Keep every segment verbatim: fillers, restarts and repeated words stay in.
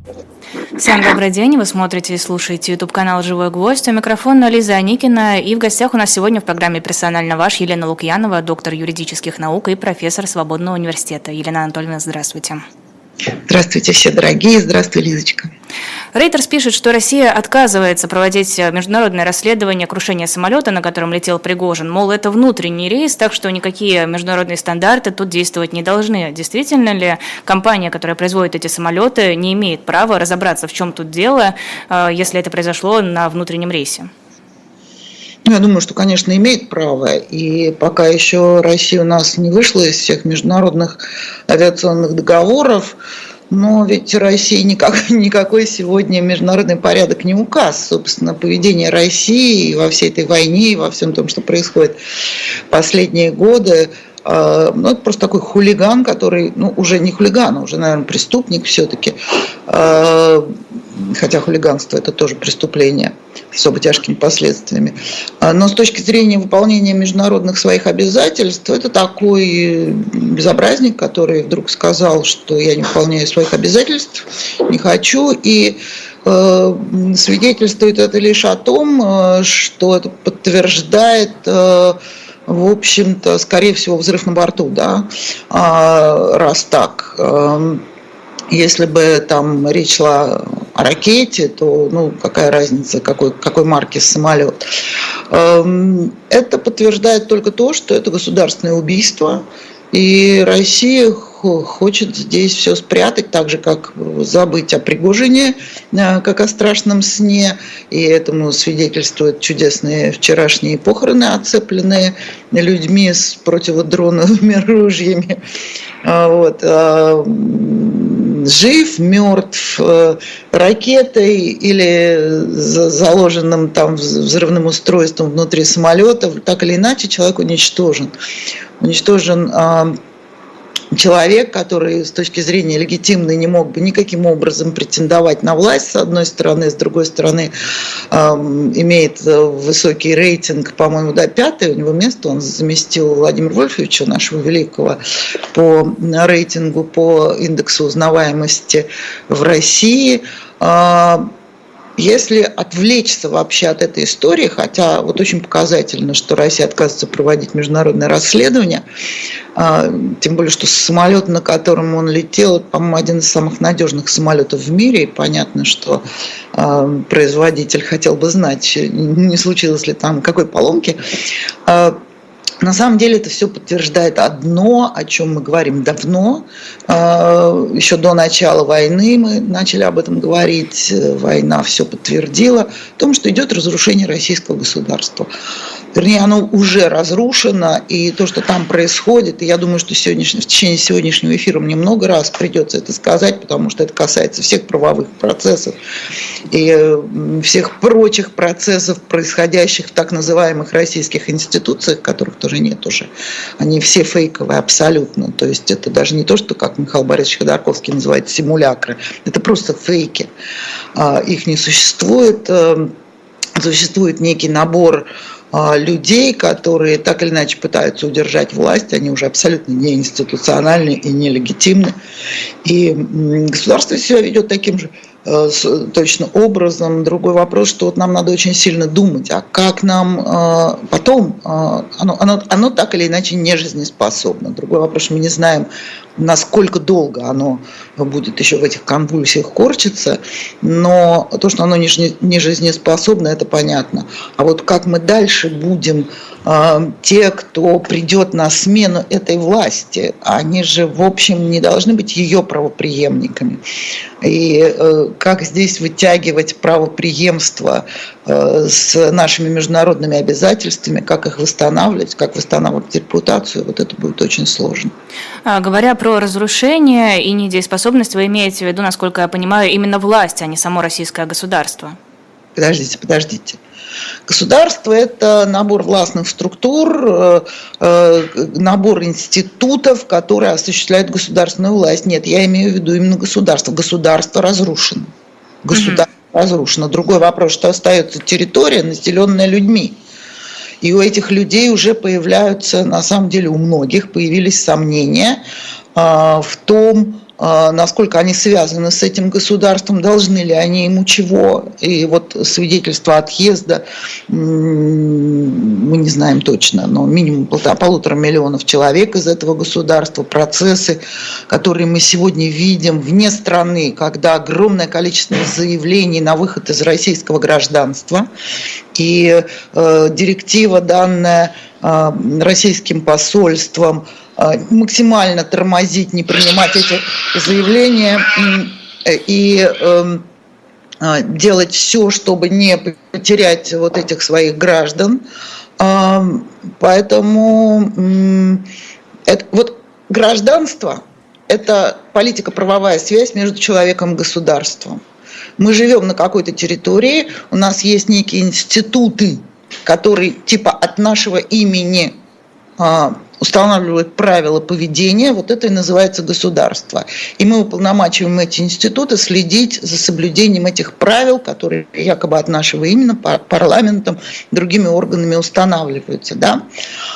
Всем добрый день, вы смотрите и слушаете YouTube-канал «Живой гвоздь». У микрофона Лиза Аникина, и в гостях у нас сегодня в программе «Персонально ваш» Елена Лукьянова, доктор юридических наук и профессор Свободного университета. Елена Анатольевна, здравствуйте. Здравствуйте все дорогие, здравствуй, Лизочка. Reuters пишет, что Россия отказывается проводить международное расследование крушения самолета, на котором летел Пригожин. Мол, это внутренний рейс, так что никакие международные стандарты тут действовать не должны. Действительно ли компания, которая производит эти самолеты, не имеет права разобраться, в чем тут дело, если это произошло на внутреннем рейсе? Я думаю, что, конечно, имеет право. И пока еще Россия у нас не вышла из всех международных авиационных договоров, но ведь Россия никак, никакой сегодня международный порядок не указ. Собственно, поведение России во всей этой войне и во всем том, что происходит последние годы, ну, это просто такой хулиган, который, ну, уже не хулиган, а уже, наверное, преступник все-таки. Хотя хулиганство – это тоже преступление с особо тяжкими последствиями. Но с точки зрения выполнения международных своих обязательств, это такой безобразник, который вдруг сказал, что я не выполняю своих обязательств, не хочу, и э, свидетельствует это лишь о том, что это подтверждает, э, в общем-то, скорее всего, взрыв на борту, да, раз так. Если бы там речь шла о ракете, то ну, какая разница, какой, какой марки самолет. Это подтверждает только то, что это государственное убийство, и Россия хочет здесь все спрятать, так же, как забыть о Пригожине, как о страшном сне, и этому свидетельствуют чудесные вчерашние похороны, оцепленные людьми с противодроновыми ружьями. Вот. Жив, мертв, ракетой или заложенным там взрывным устройством внутри самолета, так или иначе человек уничтожен. Уничтожен человек, который с точки зрения легитимной не мог бы никаким образом претендовать на власть, с одной стороны, с другой стороны, э, имеет высокий рейтинг, по-моему, да, пятое у него место, он заместил Владимира Вольфовича, нашего великого, по рейтингу, по индексу узнаваемости в России. Э, Если отвлечься вообще от этой истории, хотя вот очень показательно, что Россия отказывается проводить международное расследование, тем более, что самолет, на котором он летел, по-моему, один из самых надежных самолетов в мире, и понятно, что производитель хотел бы знать, не случилось ли там какой поломки. На самом деле это все подтверждает одно, о чем мы говорим давно, еще до начала войны мы начали об этом говорить, война все подтвердила, в том, что идет разрушение российского государства. Вернее, оно уже разрушено, и то, что там происходит, и я думаю, что сегодняшний, в течение сегодняшнего эфира мне много раз придется это сказать, потому что это касается всех правовых процессов и всех прочих процессов, происходящих в так называемых российских институциях, которых тоже нет уже. Они все фейковые абсолютно. То есть это даже не то, что, как Михаил Борисович Ходорковский называет, симулякры. Это просто фейки. Их не существует. Существует некий набор людей, которые так или иначе пытаются удержать власть, они уже абсолютно не институциональны и нелегитимны. И государство себя ведет таким же точно образом. Другой вопрос, что вот нам надо очень сильно думать, а как нам потом, оно, оно, оно так или иначе не жизнеспособно. Другой вопрос, что мы не знаем, насколько долго оно будет еще в этих конвульсиях корчиться, но то, что оно не жизнеспособно, это понятно. А вот как мы дальше будем, те, кто придет на смену этой власти, они же, в общем, не должны быть ее правопреемниками. И как здесь вытягивать правопреемство с нашими международными обязательствами, как их восстанавливать, как восстанавливать репутацию, вот это будет очень сложно. Говоря про разрушение и недееспособность, вы имеете в виду, насколько я понимаю, именно власть, а не само российское государство? Подождите, подождите. Государство – это набор властных структур, набор институтов, которые осуществляют государственную власть. Нет, я имею в виду именно государство. Государство разрушено. Государство mm-hmm. разрушено. Другой вопрос, что остается территория, населенная людьми. И у этих людей уже появляются, на самом деле у многих появились сомнения в том, насколько они связаны с этим государством, должны ли они ему чего. И вот свидетельство отъезда, мы не знаем точно, но минимум полутора миллионов человек из этого государства, процессы, которые мы сегодня видим вне страны, когда огромное количество заявлений на выход из российского гражданства, и э, директива, данная э, российским посольством, э, максимально тормозить, не принимать эти заявления и, и э, э, делать все, чтобы не потерять вот этих своих граждан. Э, поэтому э, это, вот гражданство – это политико-правовая связь между человеком и государством. Мы живем на какой-то территории, у нас есть некие институты, которые типа от нашего имени а, устанавливают правила поведения, вот это и называется государство. И мы уполномачиваем эти институты следить за соблюдением этих правил, которые якобы от нашего имени парламентом, другими органами устанавливаются. Да?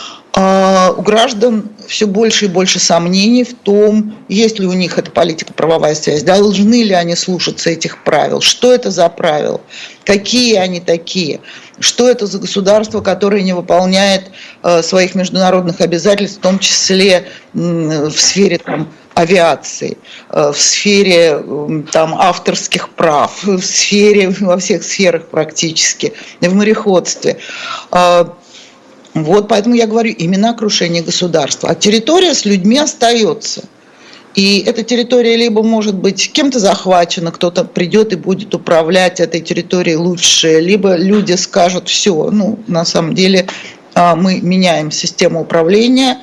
А у граждан все больше и больше сомнений в том, есть ли у них эта политико-правовая связь, должны ли они слушаться этих правил, что это за правила, какие они такие, что это за государство, которое не выполняет э, своих международных обязательств, в том числе э, в сфере там, авиации, э, в сфере э, там, авторских прав, в сфере, во всех сферах практически, в мореходстве. Э, Вот, поэтому я говорю именно о крушении государства. А территория с людьми остается. И эта территория либо может быть кем-то захвачена, кто-то придет и будет управлять этой территорией лучше, либо люди скажут, все, ну, на самом деле мы меняем систему управления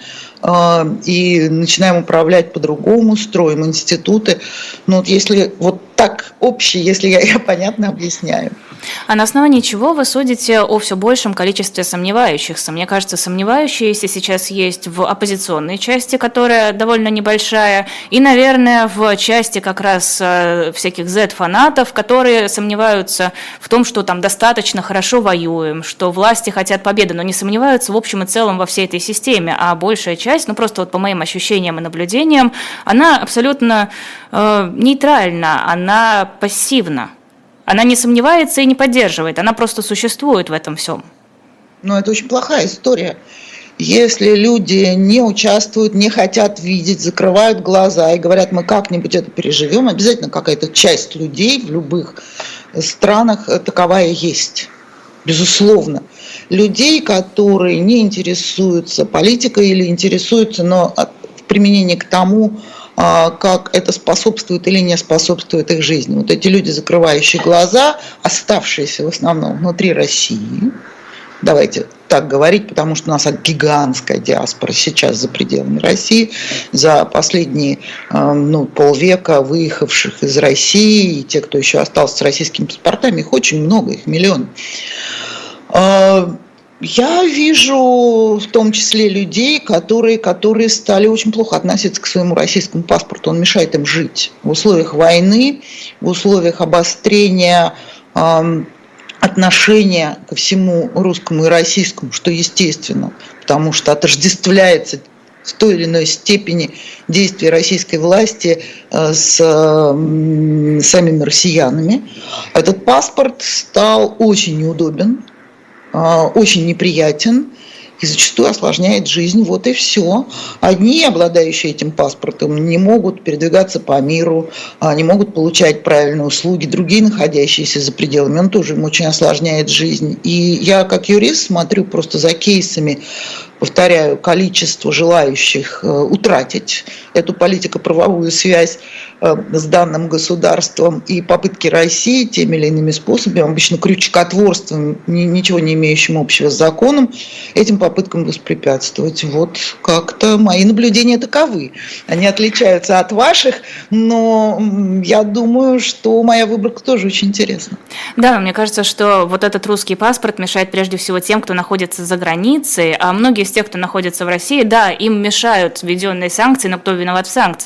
и начинаем управлять по-другому, строим институты. Но вот если вот так общее, если я, я понятно объясняю. А на основании чего вы судите о все большем количестве сомневающихся? Мне кажется, сомневающиеся сейчас есть в оппозиционной части, которая довольно небольшая, и, наверное, в части как раз всяких зет-фанатов, которые сомневаются в том, что там достаточно хорошо воюем, что власти хотят победы, но не сомневаются в общем и целом во всей этой системе, а большая часть, ну просто вот по моим ощущениям и наблюдениям, она абсолютно э, нейтральна, она пассивна. Она не сомневается и не поддерживает, она просто существует в этом всем. Но это очень плохая история. Если люди не участвуют, не хотят видеть, закрывают глаза и говорят, мы как-нибудь это переживем, обязательно какая-то часть людей в любых странах таковая есть. Безусловно. Людей, которые не интересуются политикой или интересуются, но в применении к тому, как это способствует или не способствует их жизни. Вот эти люди, закрывающие глаза, оставшиеся в основном внутри России, давайте так говорить, потому что у нас гигантская диаспора сейчас за пределами России, за последние ну, полвека выехавших из России, и те, кто еще остался с российскими паспортами, их очень много, их миллион. Я вижу в том числе людей, которые, которые стали очень плохо относиться к своему российскому паспорту. Он мешает им жить. В условиях войны, в условиях обострения э, отношения ко всему русскому и российскому, что естественно, потому что отождествляется в той или иной степени действия российской власти э, с э, самими россиянами. Этот паспорт стал очень неудобен, очень неприятен и зачастую осложняет жизнь. Вот и все. Одни, обладающие этим паспортом, не могут передвигаться по миру, не могут получать правильные услуги. Другие, находящиеся за пределами, он тоже им очень осложняет жизнь. И я, как юрист, смотрю просто за кейсами, повторяю, количество желающих утратить эту политико-правовую связь с данным государством и попытки России теми или иными способами, обычно крючкотворством, ничего не имеющим общего с законом, этим попыткам воспрепятствовать. Вот как-то мои наблюдения таковы. Они отличаются от ваших, но я думаю, что моя выборка тоже очень интересна. Да, мне кажется, что вот этот русский паспорт мешает прежде всего тем, кто находится за границей, а многие из тех, кто находится в России, да, им мешают введенные санкции, но кто виноват в санкциях?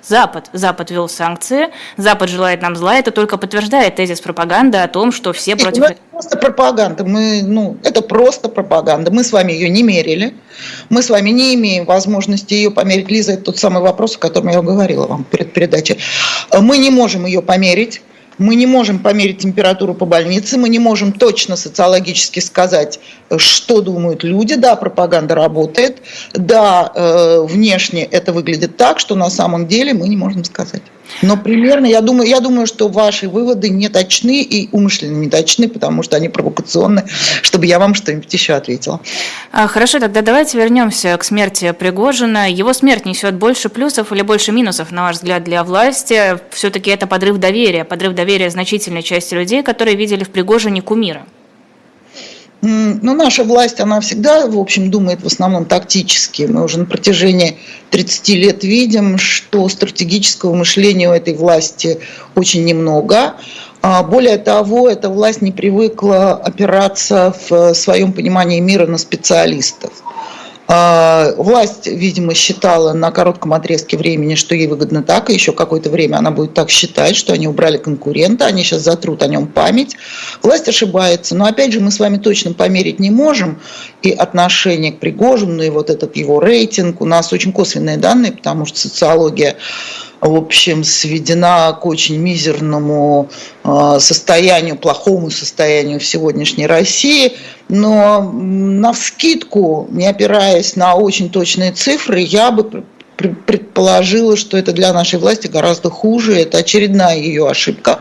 Запад. Запад ввел санкции, Запад желает нам зла, это только подтверждает тезис пропаганды о том, что все против... Это просто пропаганда, мы, ну, это просто пропаганда, мы с вами ее не мерили, мы с вами не имеем возможности ее померить. Лиза, это тот самый вопрос, о котором я говорила вам перед передачей. Мы не можем ее померить. Мы не можем померить температуру по больнице, мы не можем точно социологически сказать, что думают люди. Да, пропаганда работает, да, э, внешне это выглядит так, что на самом деле мы не можем сказать. Но примерно, я думаю, я думаю, что ваши выводы не точны и умышленно не точны, потому что они провокационны, чтобы я вам что-нибудь еще ответила. Хорошо, тогда давайте вернемся к смерти Пригожина. Его смерть несет больше плюсов или больше минусов, на ваш взгляд, для власти? Все-таки это подрыв доверия, подрыв доверия значительной части людей, которые видели в Пригожине кумира. Ну, наша власть, она всегда, в общем, думает в основном тактически. Мы уже на протяжении тридцати лет видим, что стратегического мышления у этой власти очень немного. Более того, эта власть не привыкла опираться в своем понимании мира на специалистов. Власть, видимо, считала на коротком отрезке времени, что ей выгодно так, и еще какое-то время она будет так считать, что они убрали конкурента, они сейчас затрут о нем память. Власть ошибается, но опять же мы с вами точно померить не можем, и отношение к Пригожину, и вот этот его рейтинг, у нас очень косвенные данные, потому что социология, в общем, сведена к очень мизерному состоянию, плохому состоянию в сегодняшней России. Но навскидку, не опираясь на очень точные цифры, я бы предположила, что это для нашей власти гораздо хуже. Это очередная ее ошибка,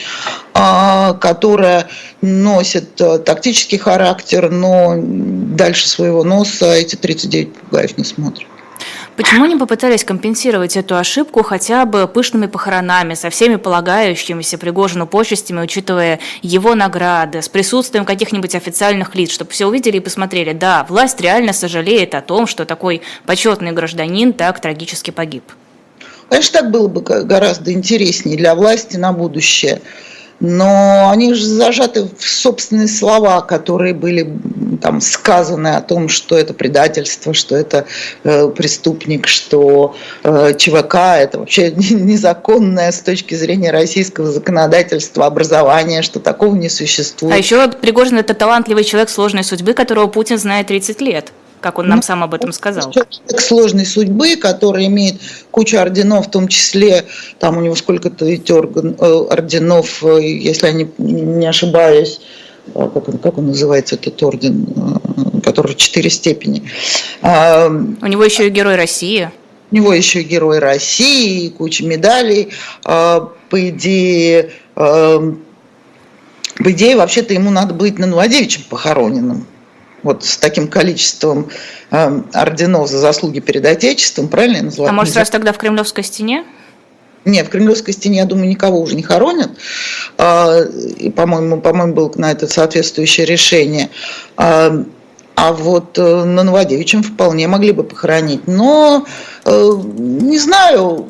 которая носит тактический характер, но дальше своего носа эти тридцать девять попугаев не смотрят. Почему не попытались компенсировать эту ошибку хотя бы пышными похоронами, со всеми полагающимися Пригожину почестями, учитывая его награды, с присутствием каких-нибудь официальных лиц, чтобы все увидели и посмотрели, да, власть реально сожалеет о том, что такой почетный гражданин так трагически погиб? Конечно, так было бы гораздо интереснее для власти на будущее. Но они же зажаты в собственные слова, которые были там сказаны о том, что это предательство, что это э, преступник, что э, ЧВК – это вообще незаконное с точки зрения российского законодательства образование, что такого не существует. А еще Пригожин – это талантливый человек сложной судьбы, которого Путин знает тридцать лет. Как он нам ну, сам об этом сказал. Человек сложной судьбы, который имеет кучу орденов, в том числе, там у него сколько-то орденов, если я не, не ошибаюсь, как он, как он называется, этот орден, который четыре степени. У него еще и Герой России. У него еще и Герой России, куча медалей. По идее, по идее, вообще-то ему надо быть на Новодевичьем похороненным. Вот с таким количеством э, орденов за заслуги перед Отечеством, правильно я назвала? А может, сразу тогда в Кремлевской стене? Нет, в Кремлевской стене, я думаю, никого уже не хоронят. Э, и, по-моему, по-моему, было на это соответствующее решение. Э, а вот э, на Новодевичьем вполне могли бы похоронить. Но, э, не знаю,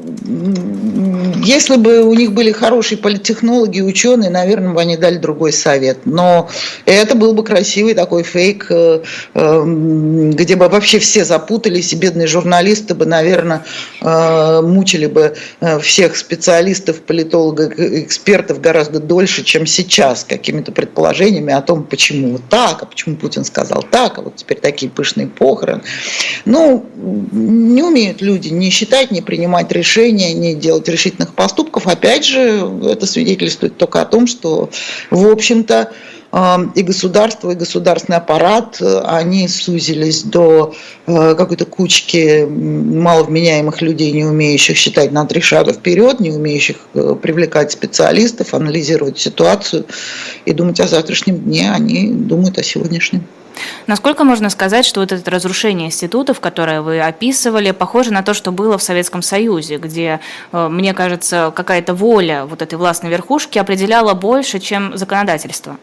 если бы у них были хорошие политтехнологи, ученые, наверное, бы они дали другой совет. Но это был бы красивый такой фейк, э, э, где бы вообще все запутались, и бедные журналисты бы, наверное, э, мучили бы всех специалистов, политологов, экспертов гораздо дольше, чем сейчас, какими-то предположениями о том, почему вот так, а почему Путин сказал так, а вот теперь такие пышные похороны. Ну, не умеют люди ни считать, ни принимать решения, ни делать решительных поступков. Опять же, это свидетельствует только о том, что, в общем-то, и государство, и государственный аппарат, они сузились до какой-то кучки маловменяемых людей, не умеющих считать на три шага вперед, не умеющих привлекать специалистов, анализировать ситуацию и думать о завтрашнем дне, они думают о сегодняшнем. Насколько можно сказать, что вот это разрушение институтов, которое вы описывали, похоже на то, что было в Советском Союзе, где, мне кажется, какая-то воля вот этой властной верхушки определяла больше, чем законодательство?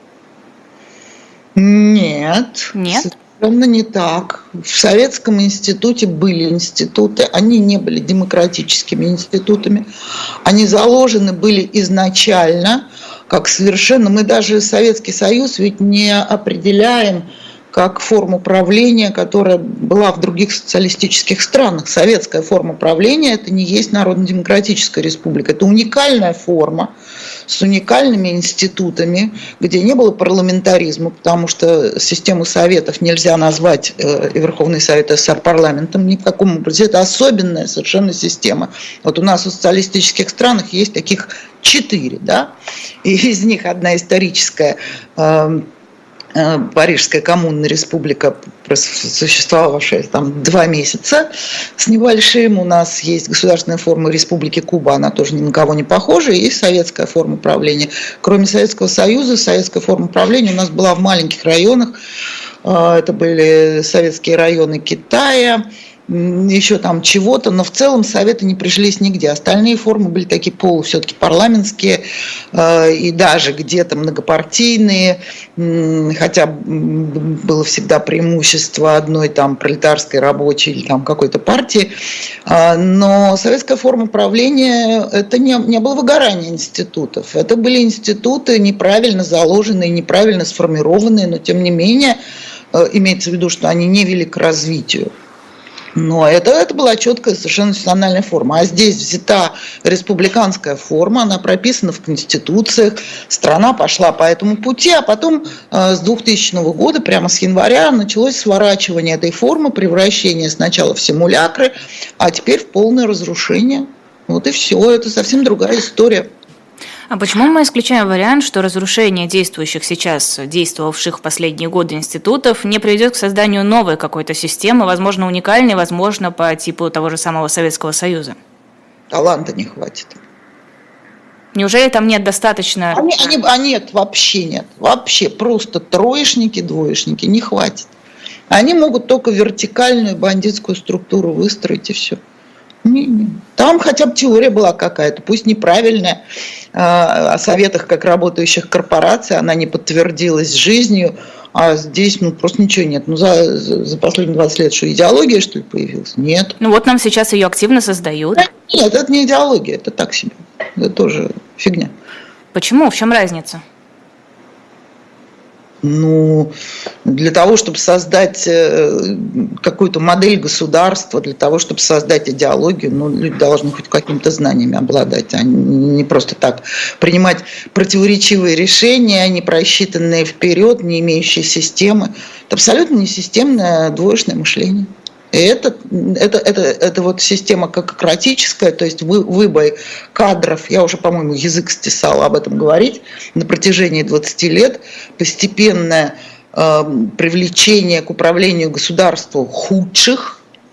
Нет. Нет? Совершенно не так. В Советском институте были институты, они не были демократическими институтами, они заложены были изначально как совершенно... Мы даже Советский Союз ведь не определяем как форму правления, которая была в других социалистических странах. Советская форма правления – это не есть Народно-демократическая республика. Это уникальная форма с уникальными институтами, где не было парламентаризма, потому что систему советов нельзя назвать, и Верховный Совет СССР, парламентом ни в каком образе. Это особенная совершенно система. Вот у нас в социалистических странах есть таких четыре, да, и из них одна историческая, Парижская коммунная республика, существовавшая там два месяца с небольшим. У нас есть государственная форма Республики Куба, она тоже ни на кого не похожа, и есть советская форма правления. Кроме Советского Союза, советская форма правления у нас была в маленьких районах. Это были советские районы Китая, еще там чего-то, но в целом советы не прижились нигде. Остальные формы были такие полу все-таки парламентские и даже где-то многопартийные, хотя было всегда преимущество одной там пролетарской, рабочей или там какой-то партии. Но советская форма правления – это не, не было выгорания институтов. Это были институты неправильно заложенные, неправильно сформированные, но тем не менее имеется в виду, что они не вели к развитию. Но это, это была четкая совершенно национальная форма. А здесь взята республиканская форма, она прописана в конституциях, страна пошла по этому пути, а потом э, с двухтысячного года, прямо с января, началось сворачивание этой формы, превращение сначала в симулякры, а теперь в полное разрушение. Вот и все, это совсем другая история. А почему мы исключаем вариант, что разрушение действующих сейчас, действовавших в последние годы институтов не приведет к созданию новой какой-то системы, возможно, уникальной, возможно, по типу того же самого Советского Союза? Таланта не хватит. Неужели там нет достаточно... Они, они, а нет, вообще нет. Вообще просто троечники, двоечники, не хватит. Они могут только вертикальную бандитскую структуру выстроить и все. Не, не. Там хотя бы теория была какая-то, пусть неправильная, о советах как работающих корпораций, она не подтвердилась жизнью, а здесь ну, просто ничего нет. Ну, за, за последние двадцать лет что, идеология, что ли, появилась? Нет. Ну вот нам сейчас ее активно создают. Нет, это не идеология, это так себе. Это тоже фигня. Почему? В чем разница? Ну, для того, чтобы создать какую-то модель государства, для того, чтобы создать идеологию, ну, люди должны хоть какими-то знаниями обладать, а не просто так принимать противоречивые решения, не просчитанные вперед, не имеющие системы. Это абсолютно несистемное двоечное мышление. И это, это, это, это вот система какократическая, то есть вы, выбор кадров, я уже, по-моему, язык стесала об этом говорить, на протяжении двадцати лет, постепенное э, привлечение к управлению государством худших,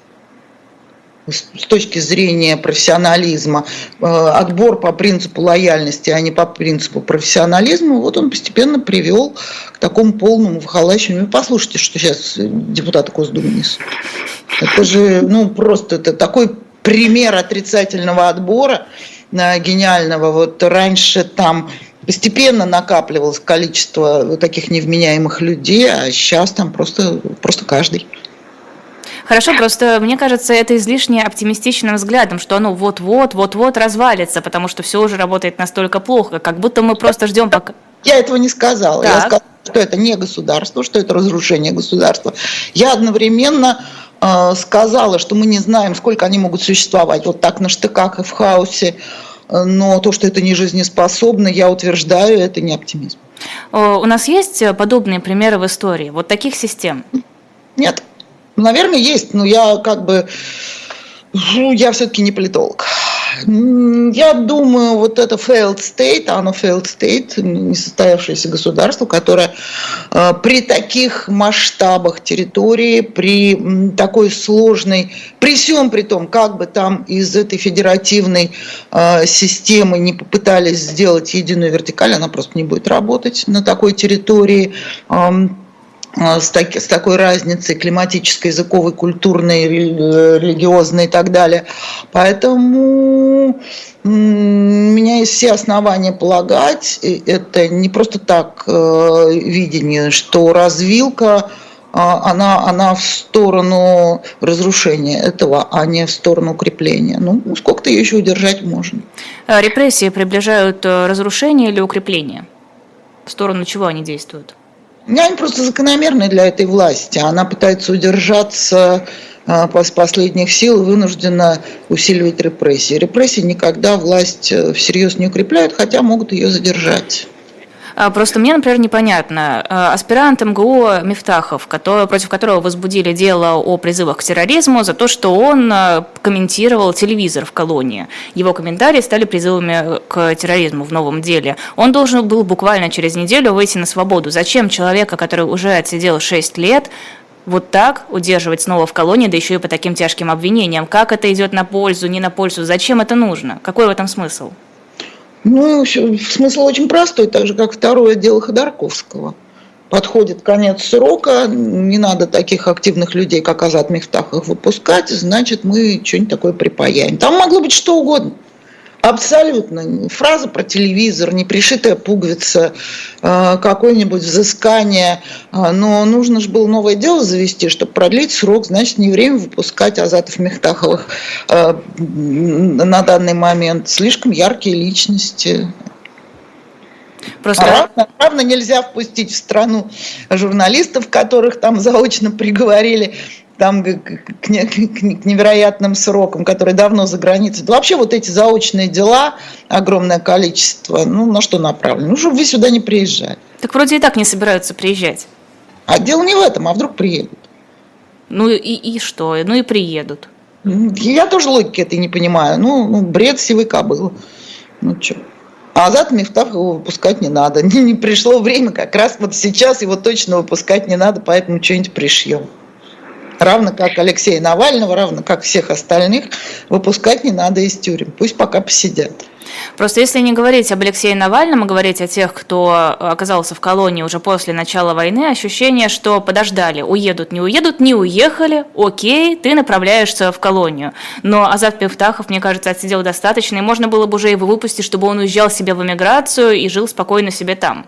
с точки зрения профессионализма, э, отбор по принципу лояльности, а не по принципу профессионализма, вот он постепенно привел к такому полному выхолащиванию. Послушайте, что сейчас депутаты Госдумы несут. Это же, ну, просто это такой пример отрицательного отбора э, гениального. Вот раньше там постепенно накапливалось количество таких невменяемых людей, а сейчас там просто, просто каждый. Хорошо, просто мне кажется, это излишне оптимистичным взглядом, что оно вот-вот, вот-вот развалится, потому что все уже работает настолько плохо, как будто мы просто ждем пока... Я этого не сказала. Так. Я сказала, что это не государство, что это разрушение государства. Я одновременно э, сказала, что мы не знаем, сколько они могут существовать вот так на штыках и в хаосе, но то, что это не жизнеспособно, я утверждаю, это не оптимизм. У нас есть подобные примеры в истории, вот таких систем? Нет. Наверное, есть, но я как бы, ну, я все-таки не политолог. Я думаю, вот это failed state, оно failed state, несостоявшееся государство, которое э, при таких масштабах территории, при такой сложной, при всем при том, как бы там из этой федеративной э, системы не попытались сделать единую вертикаль, она просто не будет работать на такой территории. Э, С, таки, с такой разницей климатической, языковой, культурной, религиозной и так далее. Поэтому у меня есть все основания полагать, это не просто так э, видение, что развилка, э, она, она в сторону разрушения этого, а не в сторону укрепления. Ну, сколько-то ее еще удержать можно. Репрессии приближают разрушение или укрепление? В сторону чего они действуют? Они просто закономерны для этой власти. Она пытается удержаться с последних сил, вынуждена усиливать репрессии. Репрессии никогда власть всерьез не укрепляют, хотя могут ее задержать. Просто мне, например, непонятно. Аспирант МГУ Мифтахов, который, против которого возбудили дело о призывах к терроризму за то, что он комментировал телевизор в колонии. Его комментарии стали призывами к терроризму в новом деле. Он должен был буквально через неделю выйти на свободу. Зачем человека, который уже отсидел шесть лет, вот так удерживать снова в колонии, да еще и по таким тяжким обвинениям? Как это идет на пользу, не на пользу? Зачем это нужно? Какой в этом смысл? Ну, смысл очень простой, так же, как второе дело Ходорковского. Подходит конец срока, не надо таких активных людей, как Азат Мифтахов, выпускать, значит, мы что-нибудь такое припаяем. Там могло быть что угодно. Абсолютно. Фраза про телевизор, непришитая пуговица, какое-нибудь взыскание. Но нужно же было новое дело завести, чтобы продлить срок. Значит, не время выпускать Азатов Мифтаховых на данный момент. Слишком яркие личности. Просто... А равно, равно нельзя впустить в страну журналистов, которых там заочно приговорили там, к, к, к невероятным срокам, которые давно за границей. Да вообще вот эти заочные дела, огромное количество, ну на что направлено? Ну, чтобы вы сюда не приезжали. Так вроде и так не собираются приезжать. А дело не в этом, а вдруг приедут. Ну и, и что? Ну и приедут. Я тоже логики этой не понимаю. Ну, ну бред сивой кобылы. Ну что? А Азата Мифтахова выпускать не надо. Не, не пришло время, как раз вот сейчас его точно выпускать не надо, поэтому что-нибудь пришьем. Равно как Алексея Навального, равно как всех остальных, выпускать не надо из тюрем. Пусть пока посидят. Просто если не говорить об Алексее Навальном, а говорить о тех, кто оказался в колонии уже после начала войны, ощущение, что подождали, уедут, не уедут, не уехали, окей, ты направляешься в колонию. Но Азат Мифтахов, мне кажется, отсидел достаточно, и можно было бы уже его выпустить, чтобы он уезжал себе в эмиграцию и жил спокойно себе там.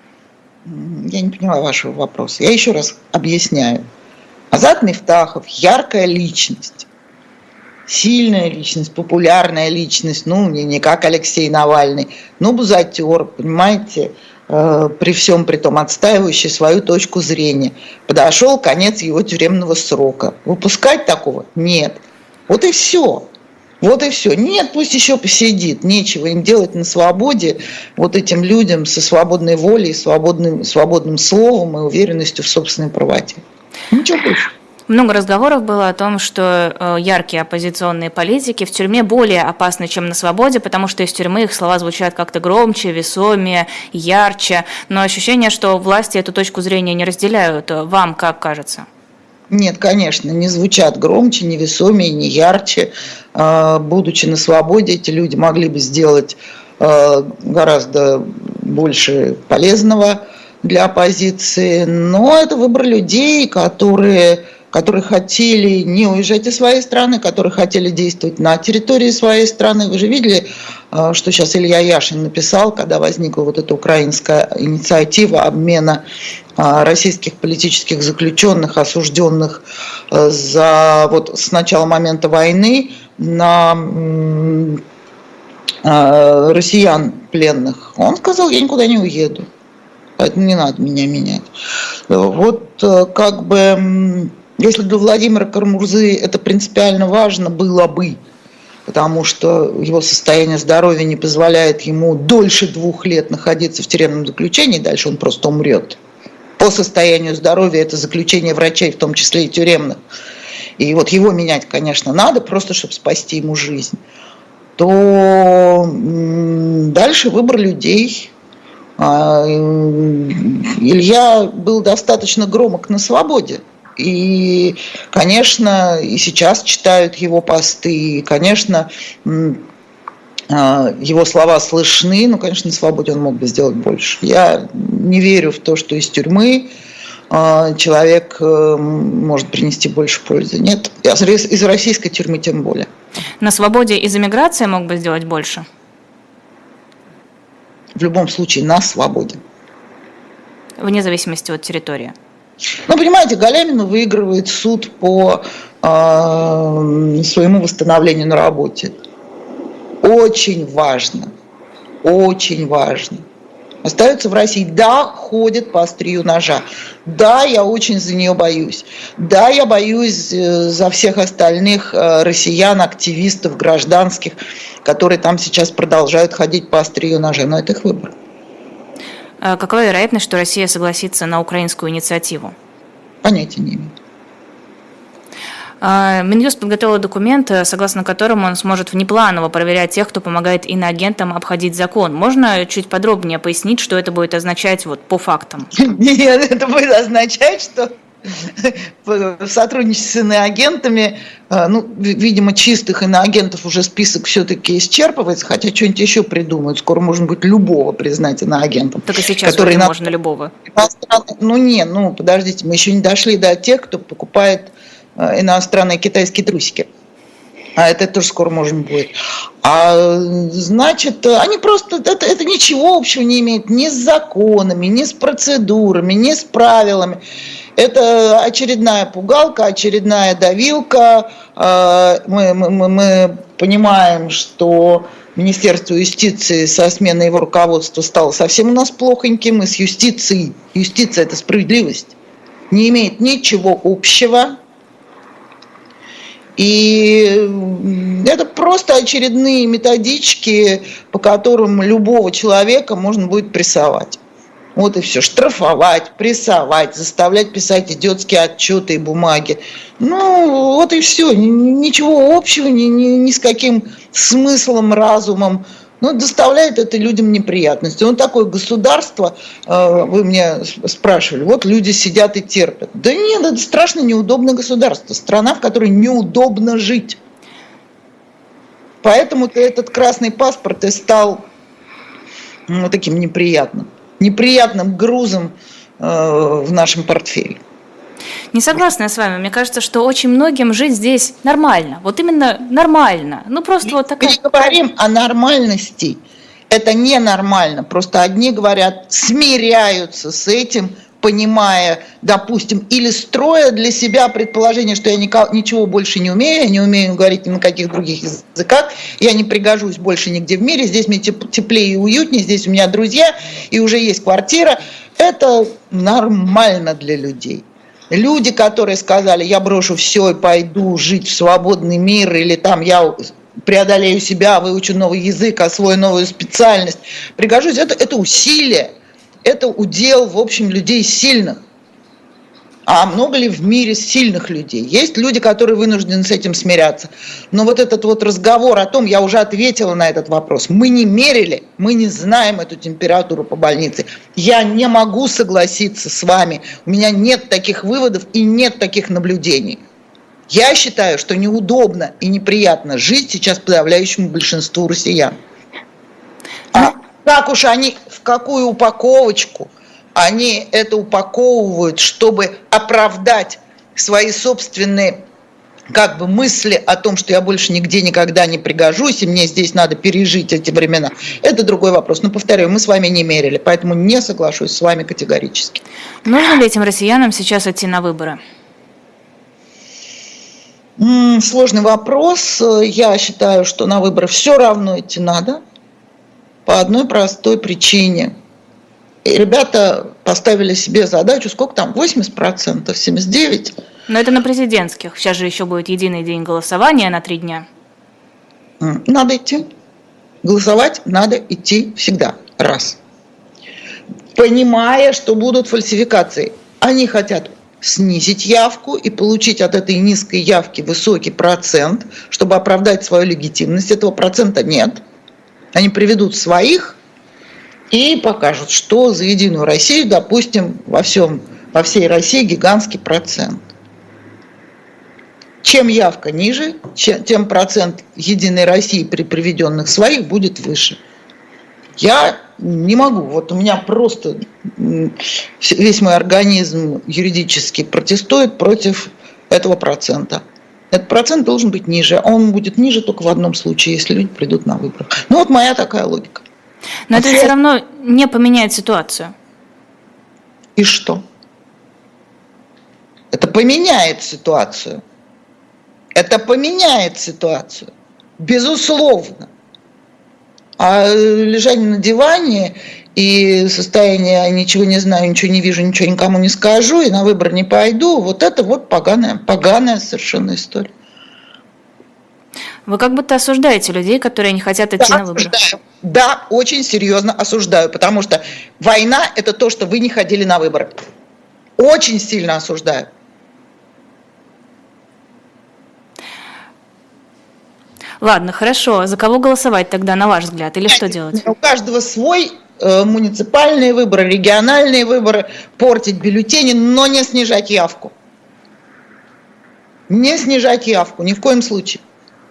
Я не поняла вашего вопроса. Я еще раз объясняю. Азат Мифтахов – яркая личность, сильная личность, популярная личность, ну, не, не как Алексей Навальный, но бузатер, понимаете, э, при всем при том отстаивающий свою точку зрения. Подошел конец его тюремного срока. Выпускать такого? Нет. Вот и все. Вот и все. Нет, пусть еще посидит. Нечего им делать на свободе, вот этим людям со свободной волей, свободным, свободным словом и уверенностью в собственной правоте. Ничего больше. Много разговоров было о том, что яркие оппозиционные политики в тюрьме более опасны, чем на свободе, потому что из тюрьмы их слова звучат как-то громче, весомее, ярче. Но ощущение, что власти эту точку зрения не разделяют. Вам как кажется? Нет, конечно, не звучат громче, не весомее, не ярче. Будучи на свободе, эти люди могли бы сделать гораздо больше полезного для оппозиции, но это выбор людей, которые, которые хотели не уезжать из своей страны, которые хотели действовать на территории своей страны. Вы же видели, что сейчас Илья Яшин написал, когда возникла вот эта украинская инициатива обмена российских политических заключенных, осужденных за, вот, с начала момента войны на россиян пленных. Он сказал, я никуда не уеду. Поэтому не надо меня менять. Вот как бы, если для Владимира Карамурзы это принципиально важно было бы, потому что его состояние здоровья не позволяет ему дольше двух лет находиться в тюремном заключении, дальше он просто умрет. По состоянию здоровья это заключение врачей, в том числе и тюремных. И вот его менять, конечно, надо, просто чтобы спасти ему жизнь. То дальше выбор людей. Илья был достаточно громок на свободе. И, конечно, и сейчас читают его посты, и, конечно, его слова слышны, но, конечно, на свободе он мог бы сделать больше. Я не верю в то, что из тюрьмы человек может принести больше пользы. Нет, из российской тюрьмы тем более. На свободе из эмиграции мог бы сделать больше? В любом случае на свободе. Вне зависимости от территории. Ну, понимаете, Галямину выигрывает суд по э, своему восстановлению на работе. Очень важно, очень важно. остается в России. Да, ходит по острию ножа. Да, я очень за нее боюсь. Да, я боюсь за всех остальных россиян, активистов, гражданских, которые там сейчас продолжают ходить по острию ножа. Но это их выбор. А какова вероятность, что Россия согласится на украинскую инициативу? Понятия не имею. Минюст подготовил документ, согласно которому он сможет внепланово проверять тех, кто помогает иноагентам обходить закон. Можно чуть подробнее пояснить, что это будет означать вот по фактам? Нет, это будет означать, что в сотрудничестве с иноагентами, ну, видимо, чистых иноагентов уже список все-таки исчерпывается, хотя что-нибудь еще придумают. Скоро можно будет любого признать иноагентом. Так и сейчас который на... можно любого. Ну, не, ну, подождите, мы еще не дошли до тех, кто покупает иностранные китайские трусики. А это тоже скоро можно будет. А значит, они просто, это, это ничего общего не имеет ни с законами, ни с процедурами, ни с правилами. Это очередная пугалка, очередная давилка. Мы, мы, мы понимаем, что Министерство юстиции со сменой его руководства стало совсем у нас плохоньким. И с юстицией, юстиция – это справедливость, не имеет ничего общего. И это просто очередные методички, по которым любого человека можно будет прессовать. Вот и все. Штрафовать, прессовать, заставлять писать идиотские отчеты и бумаги. Ну, вот и все. Ничего общего, ни, ни, ни с каким смыслом, разумом. Ну, доставляет это людям неприятности. Вот такое государство, вы меня спрашивали, вот люди сидят и терпят. Да нет, это страшно неудобное государство. Страна, в которой неудобно жить. Поэтому-то этот красный паспорт и стал ну, таким неприятным. Неприятным грузом в нашем портфеле. Не согласна я с вами. Мне кажется, что очень многим жить здесь нормально. Вот именно нормально. Ну, просто вот такая... Мы не говорим о нормальности. Это ненормально. Просто одни говорят, смиряются с этим, понимая, допустим, или строя для себя предположение, что я ничего больше не умею, я не умею говорить ни на каких других языках, я не пригожусь больше нигде в мире, здесь мне теплее и уютнее, здесь у меня друзья, и уже есть квартира. Это нормально для людей. Люди, которые сказали, я брошу все и пойду жить в свободный мир, или там я преодолею себя, выучу новый язык, освою новую специальность, пригожусь, это, это усилие, это удел, в общем, людей сильных. А много ли в мире сильных людей? Есть люди, которые вынуждены с этим смиряться. Но вот этот вот разговор о том, я уже ответила на этот вопрос, мы не мерили, мы не знаем эту температуру по больнице. Я не могу согласиться с вами, у меня нет таких выводов и нет таких наблюдений. Я считаю, что неудобно и неприятно жить сейчас подавляющему большинству россиян. А как уж они, в какую упаковочку они это упаковывают, чтобы оправдать свои собственные как бы мысли о том, что я больше нигде никогда не пригожусь, и мне здесь надо пережить эти времена. Это другой вопрос. Но, повторяю, мы с вами не мерили, поэтому не соглашусь с вами категорически. Нужно ли этим россиянам сейчас идти на выборы? Сложный вопрос. Я считаю, что на выборы все равно идти надо по одной простой причине. И ребята поставили себе задачу, сколько там, восемьдесят процентов, семьдесят девять процентов. Но это на президентских. Сейчас же еще будет единый день голосования на три дня. Надо идти. Голосовать надо идти всегда. Раз. Понимая, что будут фальсификации. Они хотят снизить явку и получить от этой низкой явки высокий процент, чтобы оправдать свою легитимность. Этого процента нет. Они приведут своих и покажут, что за Единую Россию, допустим, во всем, во всей России гигантский процент. Чем явка ниже, тем процент Единой России при приведенных своих будет выше. Я не могу, вот у меня просто весь мой организм юридически протестует против этого процента. Этот процент должен быть ниже, а он будет ниже только в одном случае, если люди придут на выборы. Ну вот моя такая логика. Но а это все равно не поменяет ситуацию. И что? Это поменяет ситуацию. Это поменяет ситуацию. Безусловно. А лежание на диване и состояние ничего не знаю, ничего не вижу, ничего никому не скажу, и на выбор не пойду, вот это вот поганая, поганая совершенно история. Вы как будто осуждаете людей, которые не хотят идти да, на выборы. Осуждаю. Да, очень серьезно осуждаю, потому что война – это то, что вы не ходили на выборы. Очень сильно осуждаю. Ладно, хорошо. За кого голосовать тогда, на ваш взгляд, или что делать? У каждого свой, э, муниципальные выборы, региональные выборы, портить бюллетени, но не снижать явку. Не снижать явку, ни в коем случае.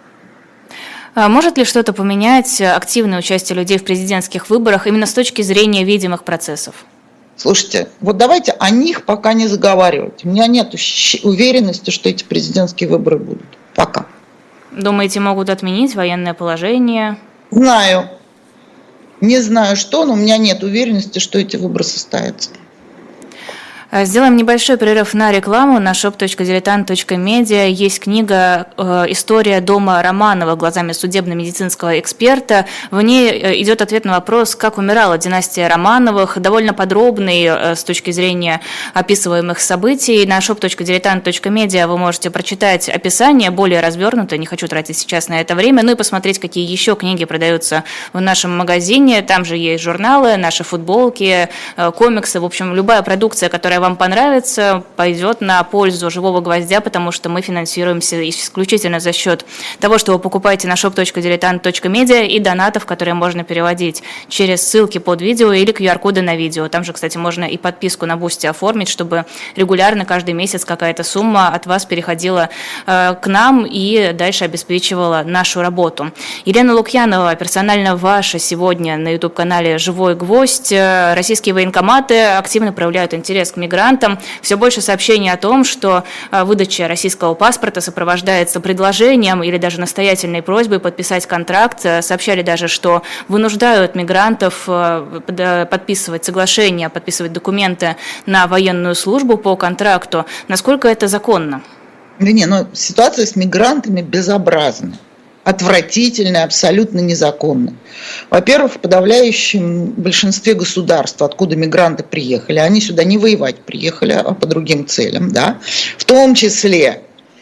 Может ли что-то поменять активное участие людей в президентских выборах именно с точки зрения видимых процессов? Слушайте, вот давайте о них пока не заговаривать. У меня нет уверенности, что эти президентские выборы будут. Пока. Думаете, могут отменить военное положение? Знаю. Не знаю что, но у меня нет уверенности, что эти выборы состоятся. Сделаем небольшой перерыв на рекламу. На shop точка дилетант точка медиа есть книга «История дома Романовых» глазами судебно-медицинского эксперта. В ней идет ответ на вопрос, как умирала династия Романовых, довольно подробный с точки зрения описываемых событий. На shop точка дилетант точка медиа вы можете прочитать описание более развернуто, не хочу тратить сейчас на это время, ну и посмотреть, какие еще книги продаются в нашем магазине. Там же есть журналы, наши футболки, комиксы, в общем, любая продукция, которая вам понравится, пойдет на пользу «Живого гвоздя», потому что мы финансируемся исключительно за счет того, что вы покупаете на shop точка дилетант точка медиа и донатов, которые можно переводить через ссылки под видео или ку ар-коды на видео. Там же, кстати, можно и подписку на Бусти оформить, чтобы регулярно каждый месяц какая-то сумма от вас переходила э, к нам и дальше обеспечивала нашу работу. Елена Лукьянова, персонально ваша сегодня на YouTube-канале «Живой гвоздь». Российские военкоматы активно проявляют интерес к мигрантам. Все больше сообщений о том, что выдача российского паспорта сопровождается предложением или даже настоятельной просьбой подписать контракт. Сообщали даже, что вынуждают мигрантов подписывать соглашения, подписывать документы на военную службу по контракту. Насколько это законно? Да не, ну ситуация с мигрантами безобразна. Отвратительно, абсолютно незаконно. Во-первых, в подавляющем большинстве государств, откуда мигранты приехали, они сюда не воевать приехали, а по другим целям, да, в том числе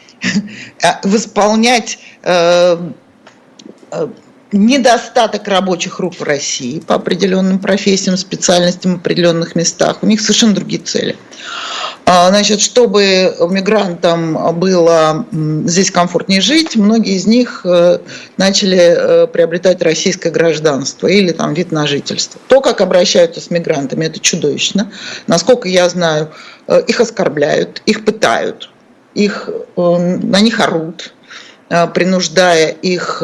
восполнять э, э, недостаток рабочих рук в России по определенным профессиям, специальностям в определенных местах. У них совершенно другие цели. Значит, чтобы мигрантам было здесь комфортнее жить, многие из них начали приобретать российское гражданство или там вид на жительство. То, как обращаются с мигрантами, это чудовищно. Насколько я знаю, их оскорбляют, их пытают, их, на них орут, принуждая их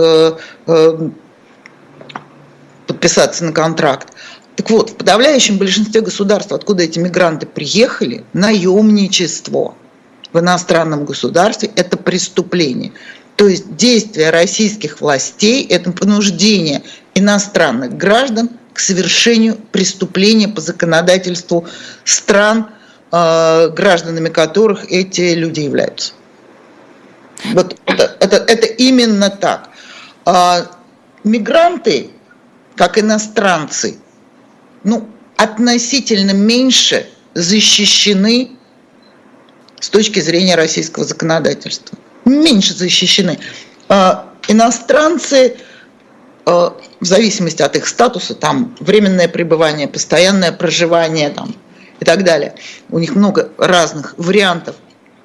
подписаться на контракт. Так вот, в подавляющем большинстве государств, откуда эти мигранты приехали, наемничество в иностранном государстве – это преступление. То есть действия российских властей – это понуждение иностранных граждан к совершению преступления по законодательству стран, гражданами которых эти люди являются. Вот это, это, это именно так. Мигранты, как иностранцы, ну, относительно меньше защищены с точки зрения российского законодательства. Меньше защищены. Иностранцы, в зависимости от их статуса, там временное пребывание, постоянное проживание там, и так далее, у них много разных вариантов,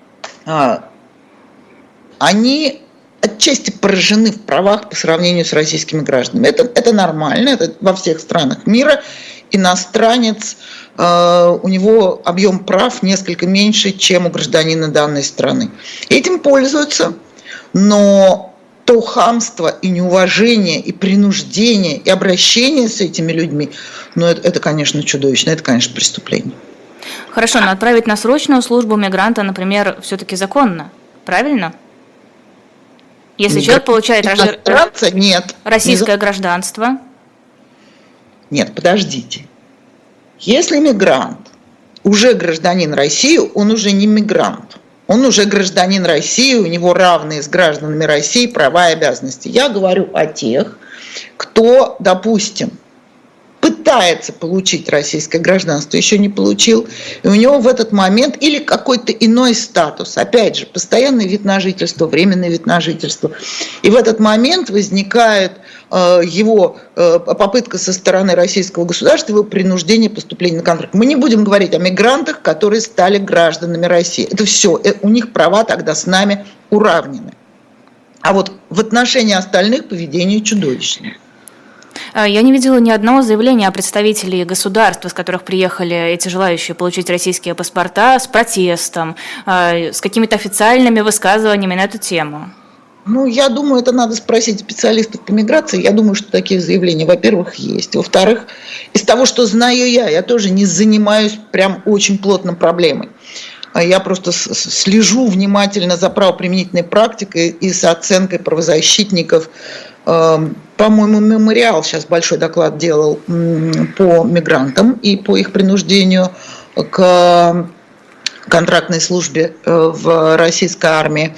они отчасти поражены в правах по сравнению с российскими гражданами. Это, это нормально, это во всех странах мира. Иностранец, э, у него объем прав несколько меньше, чем у гражданина данной страны. Этим пользуются, но то хамство и неуважение, и принуждение, и обращение с этими людьми, ну это, это, конечно, чудовищно, это, конечно, преступление. Хорошо, но отправить на срочную службу мигранта, например, все-таки законно, правильно? Если человек получает ражи... нет, российское не... гражданство. Нет, подождите. Если мигрант уже гражданин России, он уже не мигрант. Он уже гражданин России, у него равные с гражданами России права и обязанности. Я говорю о тех, кто, допустим, пытается пытается получить российское гражданство, еще не получил, и у него в этот момент или какой-то иной статус, опять же, постоянный вид на жительство, временный вид на жительство, и в этот момент возникает э, его э, попытка со стороны российского государства, его принуждение поступления на контракт. Мы не будем говорить о мигрантах, которые стали гражданами России. Это все, у них права тогда с нами уравнены. А вот в отношении остальных поведение чудовищное. Я не видела ни одного заявления о представителей государств, из которых приехали эти желающие получить российские паспорта, с протестом, с какими-то официальными высказываниями на эту тему. Ну, я думаю, это надо спросить специалистов по миграции. Я думаю, что такие заявления, во-первых, есть. Во-вторых, из того, что знаю я, я тоже не занимаюсь прям очень плотно проблемой. Я просто слежу внимательно за правоприменительной практикой и с оценкой правозащитников. По-моему, «Мемориал» сейчас большой доклад делал по мигрантам и по их принуждению к контрактной службе в российской армии.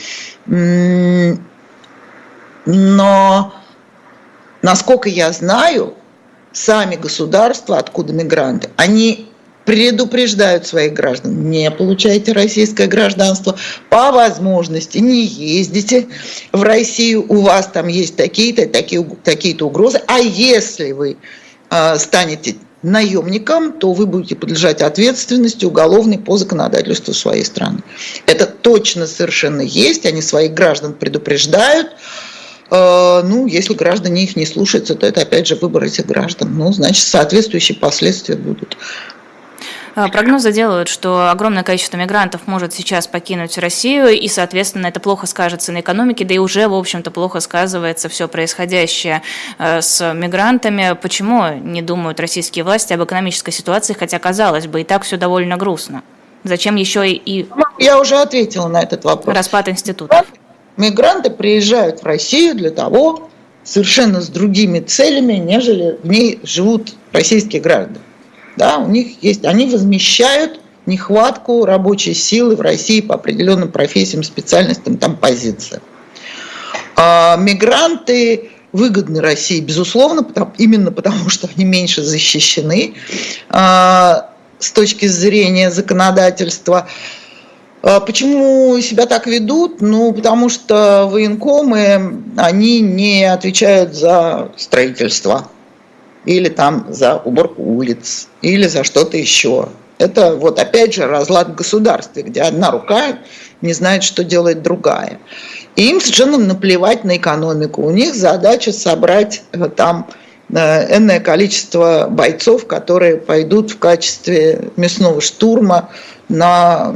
Но, насколько я знаю, сами государства, откуда мигранты, они предупреждают своих граждан: не получайте российское гражданство, по возможности не ездите в Россию, у вас там есть такие-то, такие, такие-то угрозы, а если вы э, станете наемником, то вы будете подлежать ответственности уголовной по законодательству своей страны. Это точно совершенно есть, они своих граждан предупреждают. Э, ну, если граждане их не слушаются, то это опять же выбор этих граждан. Ну, значит, соответствующие последствия будут. Прогнозы делают, что огромное количество мигрантов может сейчас покинуть Россию, и, соответственно, это плохо скажется на экономике, да и уже, в общем-то, плохо сказывается все происходящее с мигрантами. Почему не думают российские власти об экономической ситуации, хотя, казалось бы, и так все довольно грустно? Зачем еще и... Я уже ответила на этот вопрос. Распад институтов. Мигранты приезжают в Россию для того, совершенно с другими целями, нежели в ней живут российские граждане. Да, у них есть, они возмещают нехватку рабочей силы в России по определенным профессиям, специальностям, там позициям. А мигранты выгодны России, безусловно, потому, именно потому, что они меньше защищены а, с точки зрения законодательства. А почему себя так ведут? Ну, потому что военкомы, они не отвечают за строительство. Или там за уборку улиц, или за что-то еще. Это вот опять же разлад в государстве, где одна рука не знает, что делает другая. И им совершенно наплевать на экономику. У них задача собрать там энное количество бойцов, которые пойдут в качестве мясного штурма на,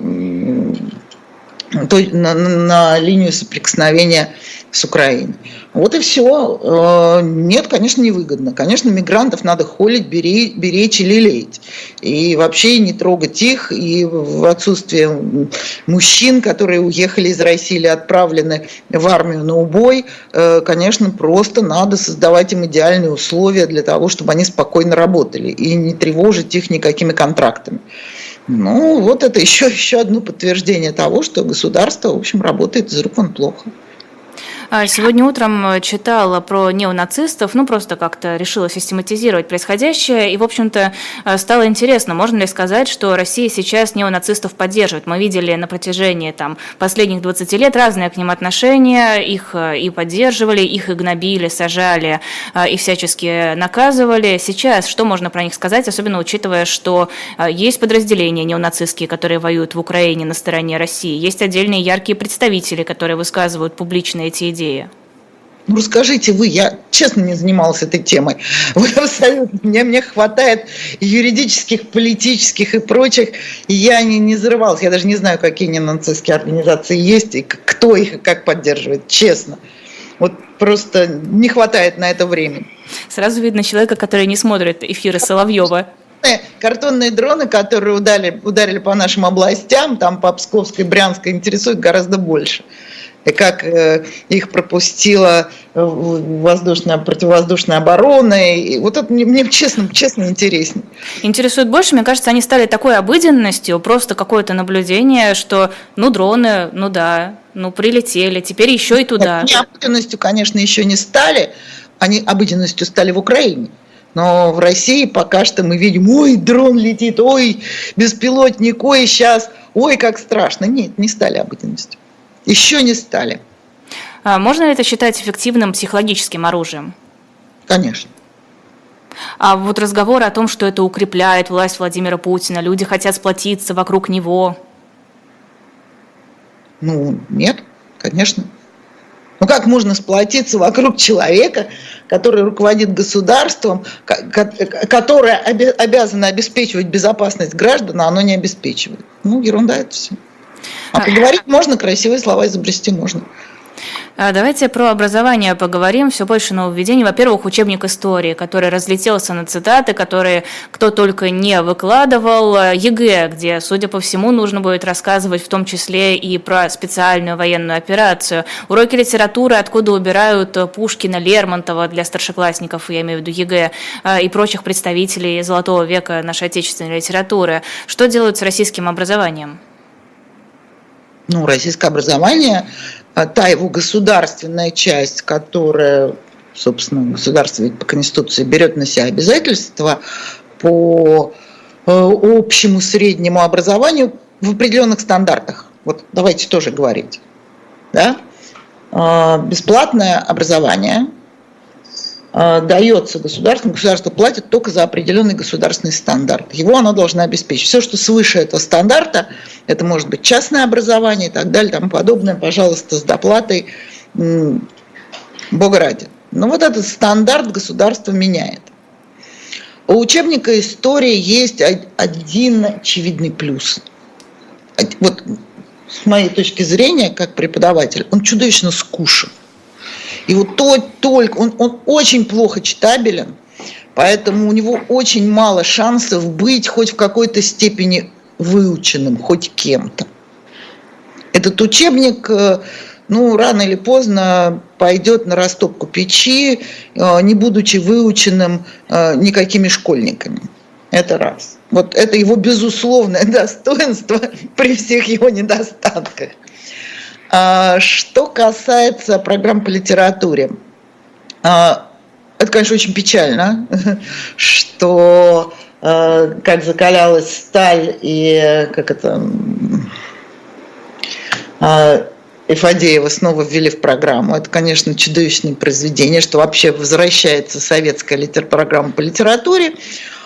на, на линию соприкосновения с Украиной. Вот и все. Нет, конечно, невыгодно. Конечно, мигрантов надо холить, беречь, беречь и лелеять. И вообще не трогать их. И в отсутствие мужчин, которые уехали из России или отправлены в армию на убой, конечно, просто надо создавать им идеальные условия для того, чтобы они спокойно работали и не тревожить их никакими контрактами. Ну, вот это еще, еще одно подтверждение того, что государство, в общем, работает из рук вон плохо. Сегодня утром читала про неонацистов, ну просто как-то решила систематизировать происходящее, и, в общем-то, стало интересно, можно ли сказать, что Россия сейчас неонацистов поддерживает. Мы видели на протяжении там, последних двадцати лет разные к ним отношения, их и поддерживали, их и гнобили, сажали, и всячески наказывали. Сейчас что можно про них сказать, особенно учитывая, что есть подразделения неонацистские, которые воюют в Украине на стороне России, есть отдельные яркие представители, которые высказывают публично эти идеи. Ну, расскажите вы, я честно не занималась этой темой. Вы абсолютно, мне, мне хватает юридических, политических и прочих, и я не, не зарывалась. Я даже не знаю, какие ненацистские организации есть, и кто их и как поддерживает, честно. Вот просто не хватает на это времени. Сразу видно человека, который не смотрит эфиры Соловьева. Картонные дроны, которые ударили, ударили по нашим областям, там по Псковской, Брянской, интересуют гораздо больше. И как э, их пропустила воздушная, противовоздушная оборона. И вот это мне, мне честно, честно интереснее. Интересует больше, мне кажется, они стали такой обыденностью, просто какое-то наблюдение, что ну дроны, ну да, ну прилетели, теперь еще и туда. Они обыденностью, конечно, еще не стали, они обыденностью стали в Украине. Но в России пока что мы видим, ой, дрон летит, ой, беспилотник, ой, сейчас, ой, как страшно. Нет, не стали обыденностью. Еще не стали. А можно ли это считать эффективным психологическим оружием? Конечно. А вот разговор о том, что это укрепляет власть Владимира Путина, люди хотят сплотиться вокруг него. Ну, нет, конечно. Ну, как можно сплотиться вокруг человека, который руководит государством, которое обязано обеспечивать безопасность граждан, а оно не обеспечивает? Ну, ерунда это все. А поговорить можно, красивые слова изобрести можно. Давайте про образование поговорим. Все больше нововведений. Во-первых, учебник истории, который разлетелся на цитаты, которые кто только не выкладывал. ЕГЭ, где, судя по всему, нужно будет рассказывать в том числе и про специальную военную операцию. Уроки литературы, откуда убирают Пушкина, Лермонтова для старшеклассников, я имею в виду ЕГЭ, и прочих представителей золотого века нашей отечественной литературы. Что делают с российским образованием? Ну, российское образование, та его государственная часть, которая, собственно, государство ведь по Конституции берет на себя обязательства по общему среднему образованию в определенных стандартах. Вот давайте тоже говорить. Да? Бесплатное образование дается государству, государство платит только за определенный государственный стандарт. Его оно должно обеспечить. Все, что свыше этого стандарта, это может быть частное образование и так далее, тому подобное, пожалуйста, с доплатой, бога ради. Но вот этот стандарт государство меняет. У учебника истории есть один очевидный плюс. Вот с моей точки зрения, как преподаватель, он чудовищно скучен. И вот то, только он, он очень плохо читабелен, поэтому у него очень мало шансов быть хоть в какой-то степени выученным, хоть кем-то. Этот учебник, ну, рано или поздно пойдет на растопку печи, не будучи выученным никакими школьниками. Это раз. Вот это его безусловное достоинство при всех его недостатках. Что касается программ по литературе, это, конечно, очень печально, что как закалялась сталь и как это и Фадеева снова ввели в программу. Это, конечно, чудовищное произведение, что вообще возвращается советская литер... программа по литературе,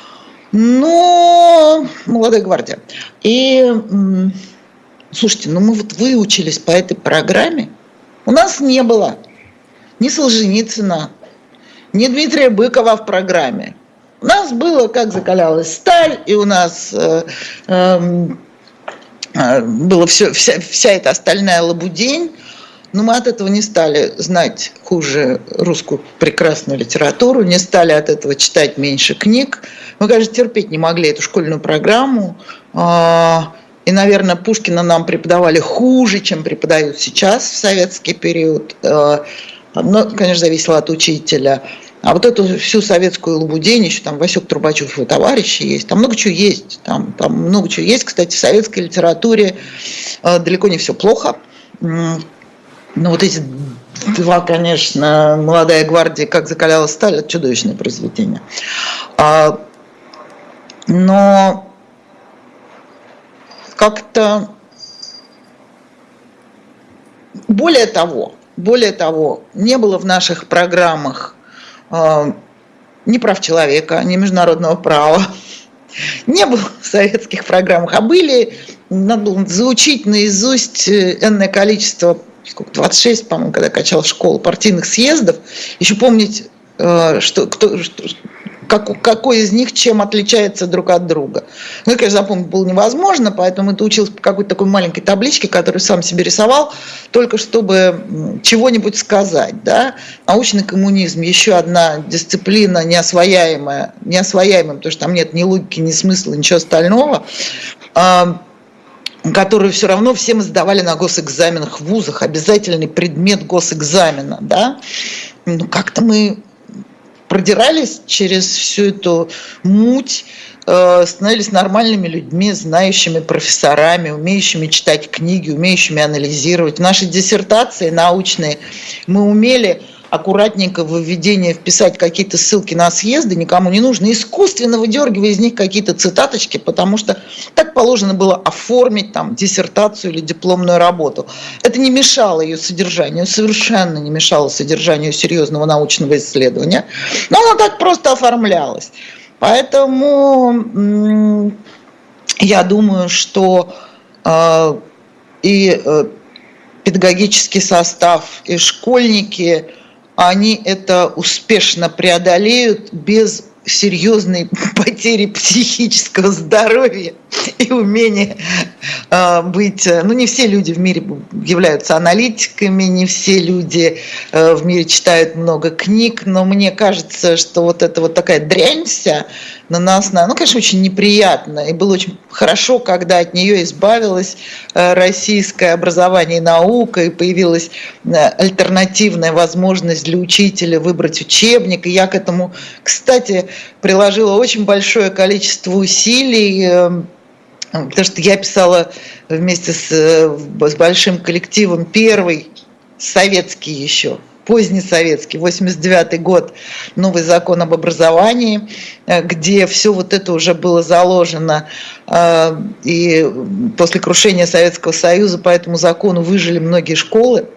но молодая гвардия. И слушайте, ну мы вот выучились по этой программе. У нас не было ни Солженицына, ни Дмитрия Быкова в программе. У нас было, как закалялась сталь, и у нас э, э, э, было все, вся, вся эта остальная лабудень. Но мы от этого не стали знать хуже русскую прекрасную литературу, не стали от этого читать меньше книг. Мы, конечно, терпеть не могли эту школьную программу. Э, И, наверное, Пушкина нам преподавали хуже, чем преподают сейчас в советский период. Но, конечно, зависело от учителя. А вот эту всю советскую лабудень, еще там Васек Трубачев и товарищи есть, там много чего есть. Там, там много чего есть. Кстати, в советской литературе далеко не все плохо. Но вот эти два, конечно, «Молодая гвардия», «Как закалялась сталь» – это чудовищное произведение. Но как-то более того, более того, не было в наших программах э, ни прав человека, ни международного права, не было в советских программах, а были, надо было заучить наизусть энное количество, сколько, двадцать шесть, по-моему, когда качал школу, партийных съездов, еще помнить, э, что, кто, что, Как, какой из них чем отличается друг от друга. Ну, и, конечно, запомнить было невозможно, поэтому это учился по какой-то такой маленькой табличке, которую сам себе рисовал, только чтобы чего-нибудь сказать. Да? Научный коммунизм, еще одна дисциплина неосвояемая, неосвояемая, потому что там нет ни логики, ни смысла, ничего остального, которую все равно все мы сдавали на госэкзаменах в вузах, обязательный предмет госэкзамена. Да? Ну, как-то мы продирались через всю эту муть, становились нормальными людьми, знающими профессорами, умеющими читать книги, умеющими анализировать. В нашей диссертации научные мы умели аккуратненько в введение вписать какие-то ссылки на съезды, никому не нужно, искусственно выдергивая из них какие-то цитаточки, потому что так положено было оформить там диссертацию или дипломную работу. Это не мешало ее содержанию, совершенно не мешало содержанию серьезного научного исследования, но оно так просто оформлялось. Поэтому я думаю, что э, и э, педагогический состав, и школьники, они это успешно преодолеют без серьезной потери психического здоровья и умения э, быть... Ну, не все люди в мире являются аналитиками, не все люди э, в мире читают много книг, но мне кажется, что вот эта вот такая дрянь вся на нас, ну, конечно, очень неприятно. И было очень хорошо, когда от нее избавилось э, российское образование и наука, и появилась э, альтернативная возможность для учителя выбрать учебник. И я к этому, кстати, приложила очень большое количество усилий, э, потому что я писала вместе с, с большим коллективом первый советский еще, позднесоветский, восемьдесят девятый год, новый закон об образовании, где все вот это уже было заложено. И после крушения Советского Союза по этому закону выжили многие школы,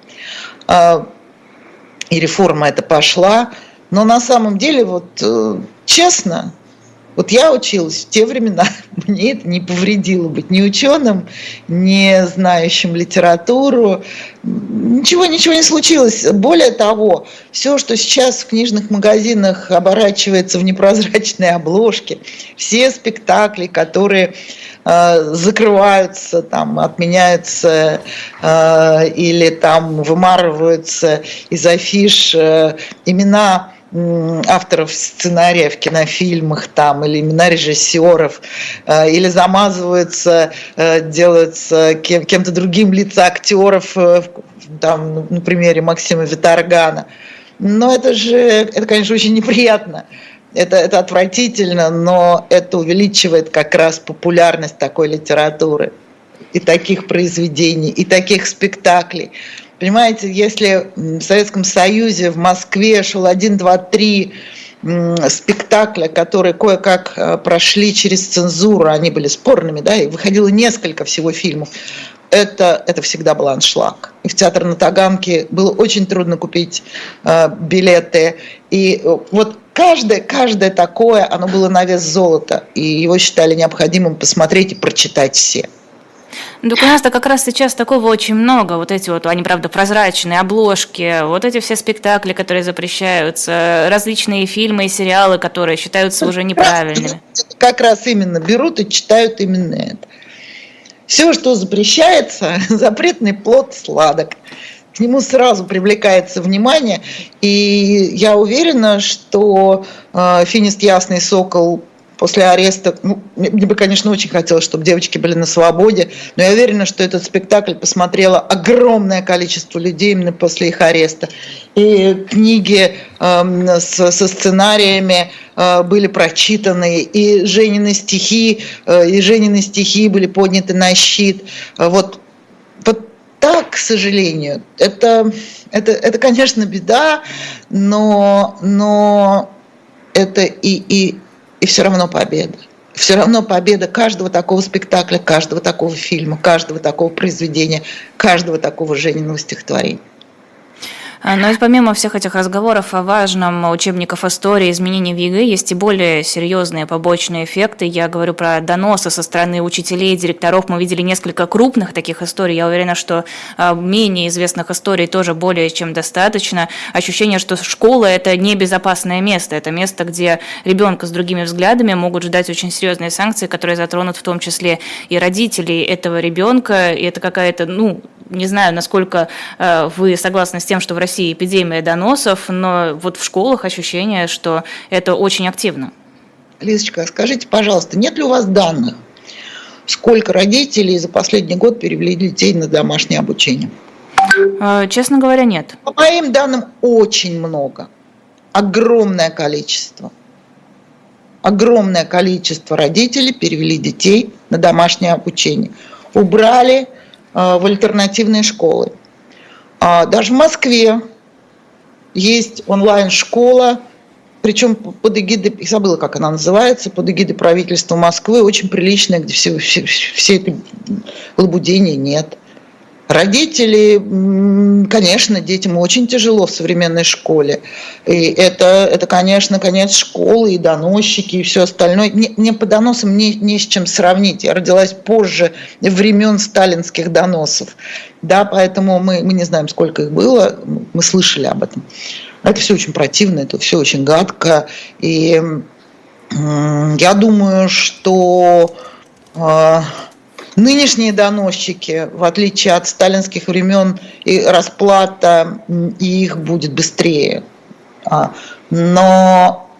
и реформа эта пошла. Но на самом деле, вот честно, вот я училась в те времена, мне это не повредило быть ни ученым, ни знающим литературу. Ничего, ничего не случилось. Более того, все, что сейчас в книжных магазинах оборачивается в непрозрачные обложки, все спектакли, которые э, закрываются, там, отменяются э, или там вымарываются из афиш э, имена авторов сценария в кинофильмах там, или имена режиссеров, э, или замазываются, э, делаются кем- кем-то другим лица актеров, э, там, на примере Максима Виторгана. Но это же, это, конечно, очень неприятно. Это, это отвратительно, но это увеличивает как раз популярность такой литературы и таких произведений, и таких спектаклей. Понимаете, если в Советском Союзе, в Москве шел один, два, три спектакля, которые кое-как прошли через цензуру, они были спорными, да, и выходило несколько всего фильмов, это, это всегда был аншлаг. И в театр на Таганке было очень трудно купить э, билеты. И вот каждое, каждое такое, оно было на вес золота, и его считали необходимым посмотреть и прочитать все. Ну, так у нас-то как раз сейчас такого очень много. Вот эти вот, они, правда, прозрачные обложки, вот эти все спектакли, которые запрещаются, различные фильмы и сериалы, которые считаются уже неправильными. Как раз именно берут и читают именно это. Все, что запрещается, запретный плод сладок. К нему сразу привлекается внимание. И я уверена, что э, «Финист Ясный Сокол» после ареста, ну, мне бы, конечно, очень хотелось, чтобы девочки были на свободе, но я уверена, что этот спектакль посмотрело огромное количество людей именно после их ареста. И книги э, с, со сценариями э, были прочитаны, и Женины стихи, э, и Женины стихи были подняты на щит. Вот, вот так, к сожалению, это, это, это конечно, беда, но, но это и... и И все равно победа. Все равно победа каждого такого спектакля, каждого такого фильма, каждого такого произведения, каждого такого Жениного стихотворения. Но ведь помимо всех этих разговоров о важном учебниках истории, изменений в ЕГЭ, есть и более серьезные побочные эффекты. Я говорю про доносы со стороны учителей, директоров. Мы видели несколько крупных таких историй. Я уверена, что менее известных историй тоже более чем достаточно. Ощущение, что школа – это небезопасное место. Это место, где ребенка с другими взглядами могут ждать очень серьезные санкции, которые затронут в том числе и родителей этого ребенка. И это какая-то, ну, не знаю, насколько э, вы согласны с тем, что в России эпидемия доносов, но вот в школах ощущение, что это очень активно. Лизочка, скажите, пожалуйста, нет ли у вас данных, сколько родителей за последний год перевели детей на домашнее обучение? Э, честно говоря, нет. По моим данным, очень много. Огромное количество. Огромное количество родителей перевели детей на домашнее обучение. Убрали в альтернативные школы. Даже в Москве есть онлайн-школа, причем под эгидой, я забыла, как она называется, под эгидой правительства Москвы, очень приличная, где все, все, все это лабудения нет. Родители, конечно, детям очень тяжело в современной школе. И это, это, конечно, конец школы, и доносчики, и все остальное. Мне, мне по доносам не, не с чем сравнить. Я родилась позже времен сталинских доносов. Да, поэтому мы, мы не знаем, сколько их было, мы слышали об этом. Это все очень противно, это все очень гадко. И э, я думаю, что... Э, Нынешние доносчики, в отличие от сталинских времен, и расплата их будет быстрее. Но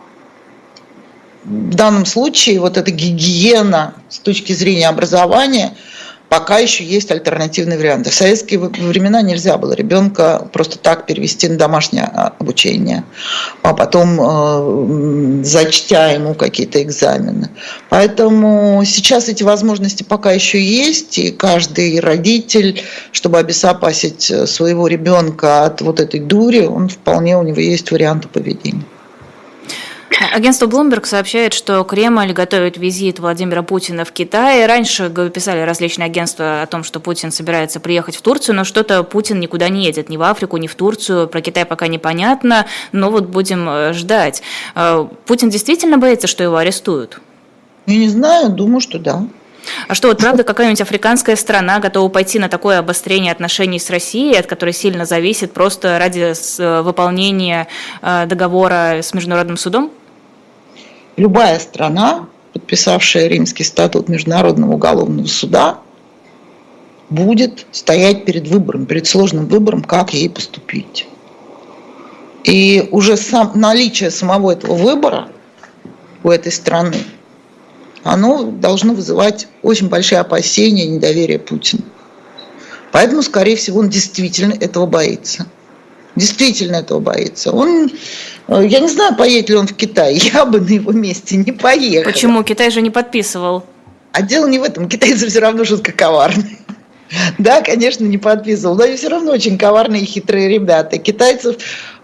в данном случае вот эта гигиена с точки зрения образования, пока еще есть альтернативные варианты. В советские времена нельзя было ребенка просто так перевести на домашнее обучение, а потом э, зачтя ему какие-то экзамены. Поэтому сейчас эти возможности пока еще есть, и каждый родитель, чтобы обезопасить своего ребенка от вот этой дури, он вполне, у него есть варианты поведения. Агентство Bloomberg сообщает, что Кремль готовит визит Владимира Путина в Китай. Раньше писали различные агентства о том, что Путин собирается приехать в Турцию, но что-то Путин никуда не едет, ни в Африку, ни в Турцию. Про Китай пока непонятно, но вот будем ждать. Путин действительно боится, что его арестуют? Я не знаю, думаю, что да. А что, вот правда какая-нибудь африканская страна готова пойти на такое обострение отношений с Россией, от которой сильно зависит просто ради выполнения договора с Международным судом? Любая страна, подписавшая Римский статут Международного уголовного суда, будет стоять перед выбором, перед сложным выбором, как ей поступить. И уже сам, наличие самого этого выбора у этой страны, оно должно вызывать очень большие опасения и недоверие Путину. Поэтому, скорее всего, он действительно этого боится. Действительно этого боится. Он, я не знаю, поедет ли он в Китай. Я бы на его месте не поехала. Почему? Китай же не подписывал. А дело не в этом. Китайцы все равно жутко коварные. Да, конечно, не подписывал. Но они все равно очень коварные и хитрые ребята. Китайцев,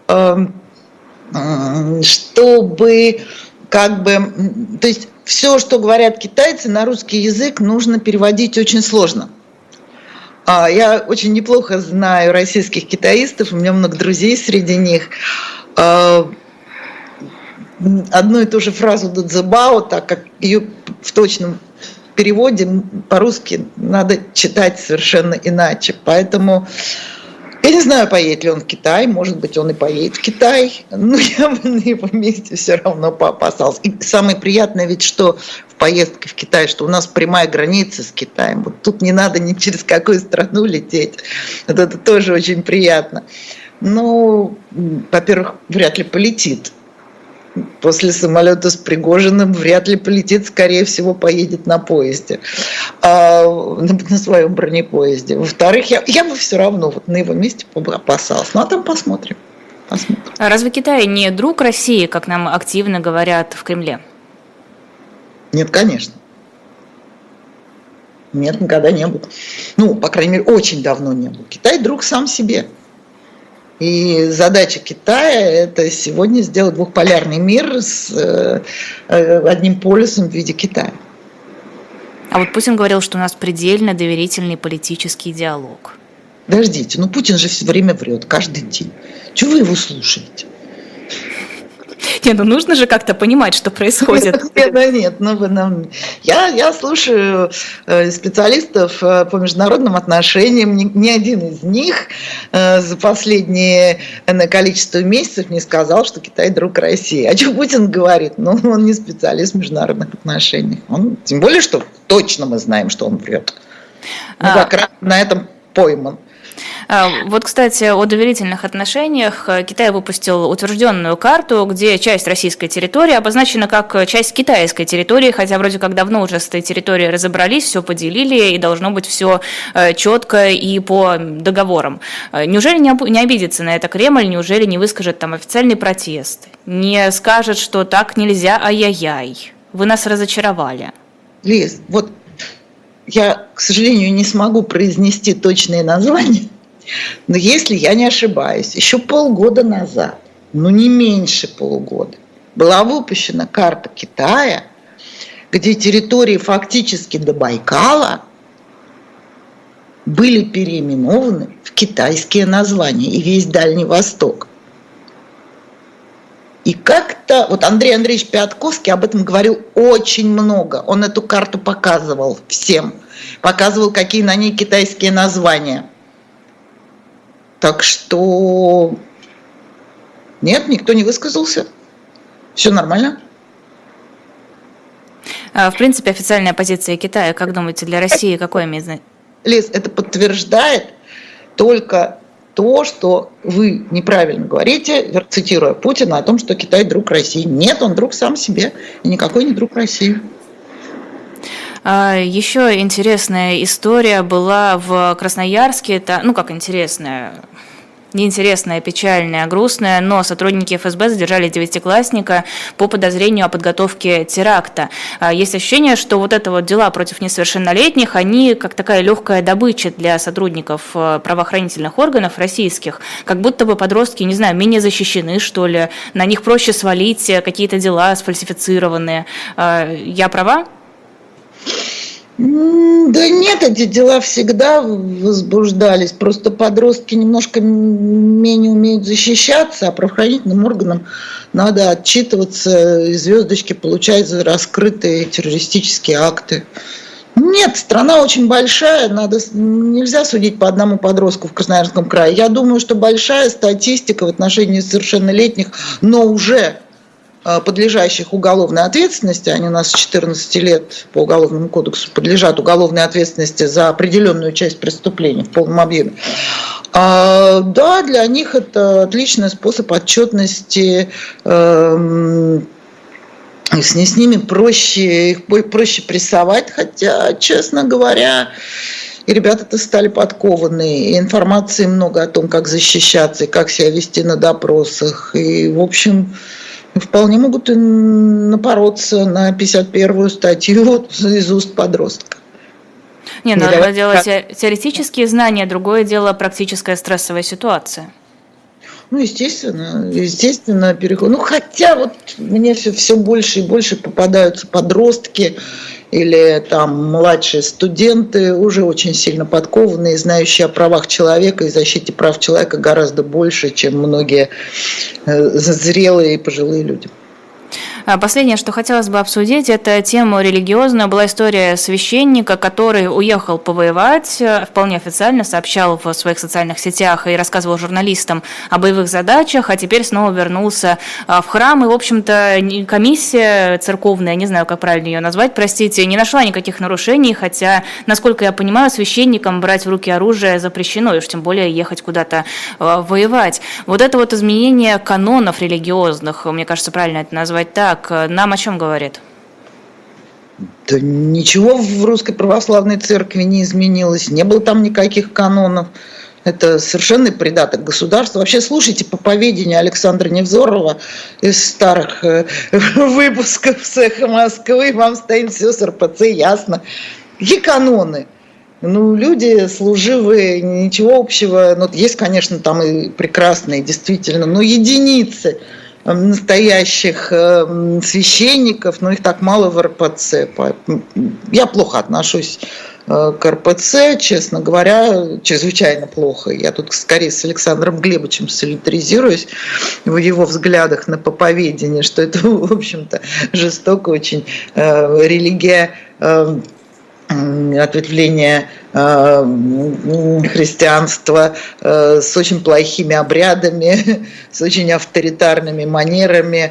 чтобы как бы... То есть все, что говорят китайцы, на русский язык нужно переводить очень сложно. Я очень неплохо знаю российских китаистов, у меня много друзей среди них. Одну и ту же фразу «дадзебао», так как ее в точном переводе по-русски надо читать совершенно иначе. Поэтому я не знаю, поедет ли он в Китай, может быть, он и поедет в Китай, но я бы на его месте все равно поопасалась. И самое приятное ведь, что в поездке в Китай, что у нас прямая граница с Китаем. Вот тут не надо ни через какую страну лететь. Вот это тоже очень приятно. Ну, во-первых, вряд ли полетит. После самолета с Пригожиным вряд ли полетит, скорее всего, поедет на поезде, а, на, на своем бронепоезде. Во-вторых, я, я бы все равно вот на его месте опасалась. Ну, а там посмотрим. посмотрим. А разве Китай не друг России, как нам активно говорят в Кремле? Нет, конечно. Нет, никогда не был. Ну, по крайней мере, очень давно не был. Китай друг сам себе. И задача Китая – это сегодня сделать двухполярный мир с одним полюсом в виде Китая. А вот Путин говорил, что у нас предельно доверительный политический диалог. Подождите, ну Путин же все время врет, каждый день. Чего вы его слушаете? Нет, ну нужно же как-то понимать, что происходит. Нет, нет, нет ну, я, я слушаю специалистов по международным отношениям, ни, ни один из них за последние количество месяцев не сказал, что Китай друг России. А что Путин говорит? Ну, он не специалист в международных отношениях. Он, тем более, что точно мы знаем, что он врет. Ну, как раз на этом пойман. Вот, кстати, о доверительных отношениях. Китай выпустил утвержденную карту, где часть российской территории обозначена как часть китайской территории, хотя вроде как давно уже с этой территорией разобрались, все поделили, и должно быть все четко и по договорам. Неужели не обидится на это Кремль, неужели не выскажет там официальный протест, не скажет, что так нельзя, ай-яй-яй, вы нас разочаровали? Лиз, вот я, к сожалению, не смогу произнести точные названия Но если я не ошибаюсь, еще полгода назад, ну не меньше полугода, была выпущена карта Китая, где территории фактически до Байкала были переименованы в китайские названия и весь Дальний Восток. И как-то, вот Андрей Андреевич Пятковский об этом говорил очень много. Он эту карту показывал всем, показывал, какие на ней китайские названия. Так что нет, никто не высказался. Все нормально. В принципе, официальная позиция Китая, как думаете, для России какое имеет значение? Лиз, это подтверждает только то, что вы неправильно говорите, цитируя Путина, о том, что Китай друг России. Нет, он друг сам себе, и никакой не друг России. Еще интересная история была в Красноярске. Это, ну как интересная, неинтересная, печальная, грустная, но сотрудники эф эс бэ задержали девятиклассника по подозрению о подготовке теракта. Есть ощущение, что вот это вот дела против несовершеннолетних, они как такая легкая добыча для сотрудников правоохранительных органов российских, как будто бы подростки, не знаю, менее защищены, что ли, на них проще свалить какие-то дела сфальсифицированные. Я права? Да нет, эти дела всегда возбуждались, просто подростки немножко менее умеют защищаться, а правоохранительным органам надо отчитываться и звездочки получать за раскрытые террористические акты. Нет, страна очень большая, надо, нельзя судить по одному подростку в Красноярском крае. Я думаю, что большая статистика в отношении несовершеннолетних, но уже подлежащих уголовной ответственности, они у нас с четырнадцати лет по Уголовному кодексу подлежат уголовной ответственности за определенную часть преступлений в полном объеме. А, да, для них это отличный способ отчетности. Э, с, с ними проще, их проще прессовать, хотя, честно говоря, и ребята-то стали подкованные, и информации много о том, как защищаться, и как себя вести на допросах, и, в общем, вполне могут и напороться на пятьдесят первую статью из уст подростка. Не, ну одно дело теоретические знания, другое дело практическая стрессовая ситуация. Ну, естественно, естественно, переход. Ну, хотя вот мне все, все больше и больше попадаются подростки или там младшие студенты, уже очень сильно подкованные, знающие о правах человека и защите прав человека гораздо больше, чем многие зрелые и пожилые люди. Последнее, что хотелось бы обсудить, это тему религиозную. Была история священника, который уехал повоевать, вполне официально сообщал в своих социальных сетях и рассказывал журналистам о боевых задачах, а теперь снова вернулся в храм. И, в общем-то, комиссия церковная, не знаю, как правильно ее назвать, простите, не нашла никаких нарушений, хотя, насколько я понимаю, священникам брать в руки оружие запрещено, и уж тем более ехать куда-то воевать. Вот это вот изменение канонов религиозных, мне кажется, правильно это назвать так, нам о чем говорит? Да ничего в Русской Православной Церкви не изменилось, не было там никаких канонов. Это совершенный предаток государства. Вообще, слушайте проповедение Александра Невзорова из старых выпусков «Эхо Москвы», вам станет все с эр пэ цэ ясно. Какие каноны? Ну, люди служивые, ничего общего. Ну, есть, конечно, там и прекрасные, действительно, но единицы настоящих э, священников, но их так мало в эр пэ цэ. Я плохо отношусь э, к эр пэ цэ, честно говоря, чрезвычайно плохо. Я тут скорее с Александром Глебовичем солидаризируюсь в его взглядах на проповедение, что это, в общем-то, жестоко очень э, религия, э, ответвление э, христианства э, с очень плохими обрядами, с очень авторитарными манерами.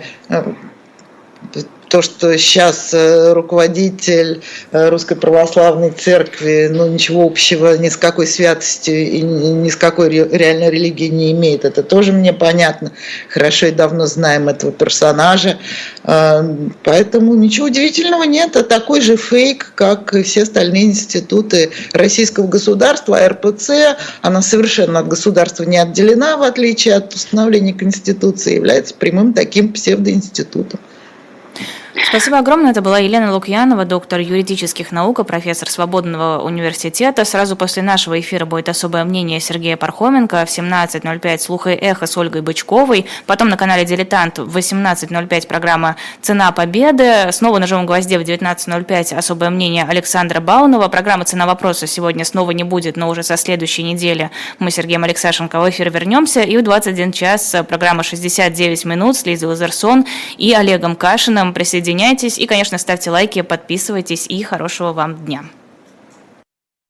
То, что сейчас руководитель Русской Православной Церкви, ну, ничего общего ни с какой святостью и ни с какой реальной религией не имеет, это тоже мне понятно. Хорошо и давно знаем этого персонажа. Поэтому ничего удивительного нет. Это такой же фейк, как и все остальные институты российского государства. А эр пэ цэ, она совершенно от государства не отделена, в отличие от постановления Конституции, является прямым таким псевдоинститутом. Спасибо огромное. Это была Елена Лукьянова, доктор юридических наук, профессор Свободного университета. Сразу после нашего эфира будет особое мнение Сергея Пархоменко в семнадцать ноль пять «Слух и эхо» с Ольгой Бычковой. Потом на канале «Дилетант» в восемнадцать ноль пять программа «Цена победы». Снова на «Живом гвозде» в девятнадцать ноль пять особое мнение Александра Баунова. Программа «Цена вопроса» сегодня снова не будет, но уже со следующей недели мы с Сергеем Алексашенко в эфир вернемся. И в двадцать один час программа «шестьдесят девять минут» с Лизой Лазерсон и Олегом Кашиным. Присоединяйтесь и, конечно, ставьте лайки, подписывайтесь и хорошего вам дня.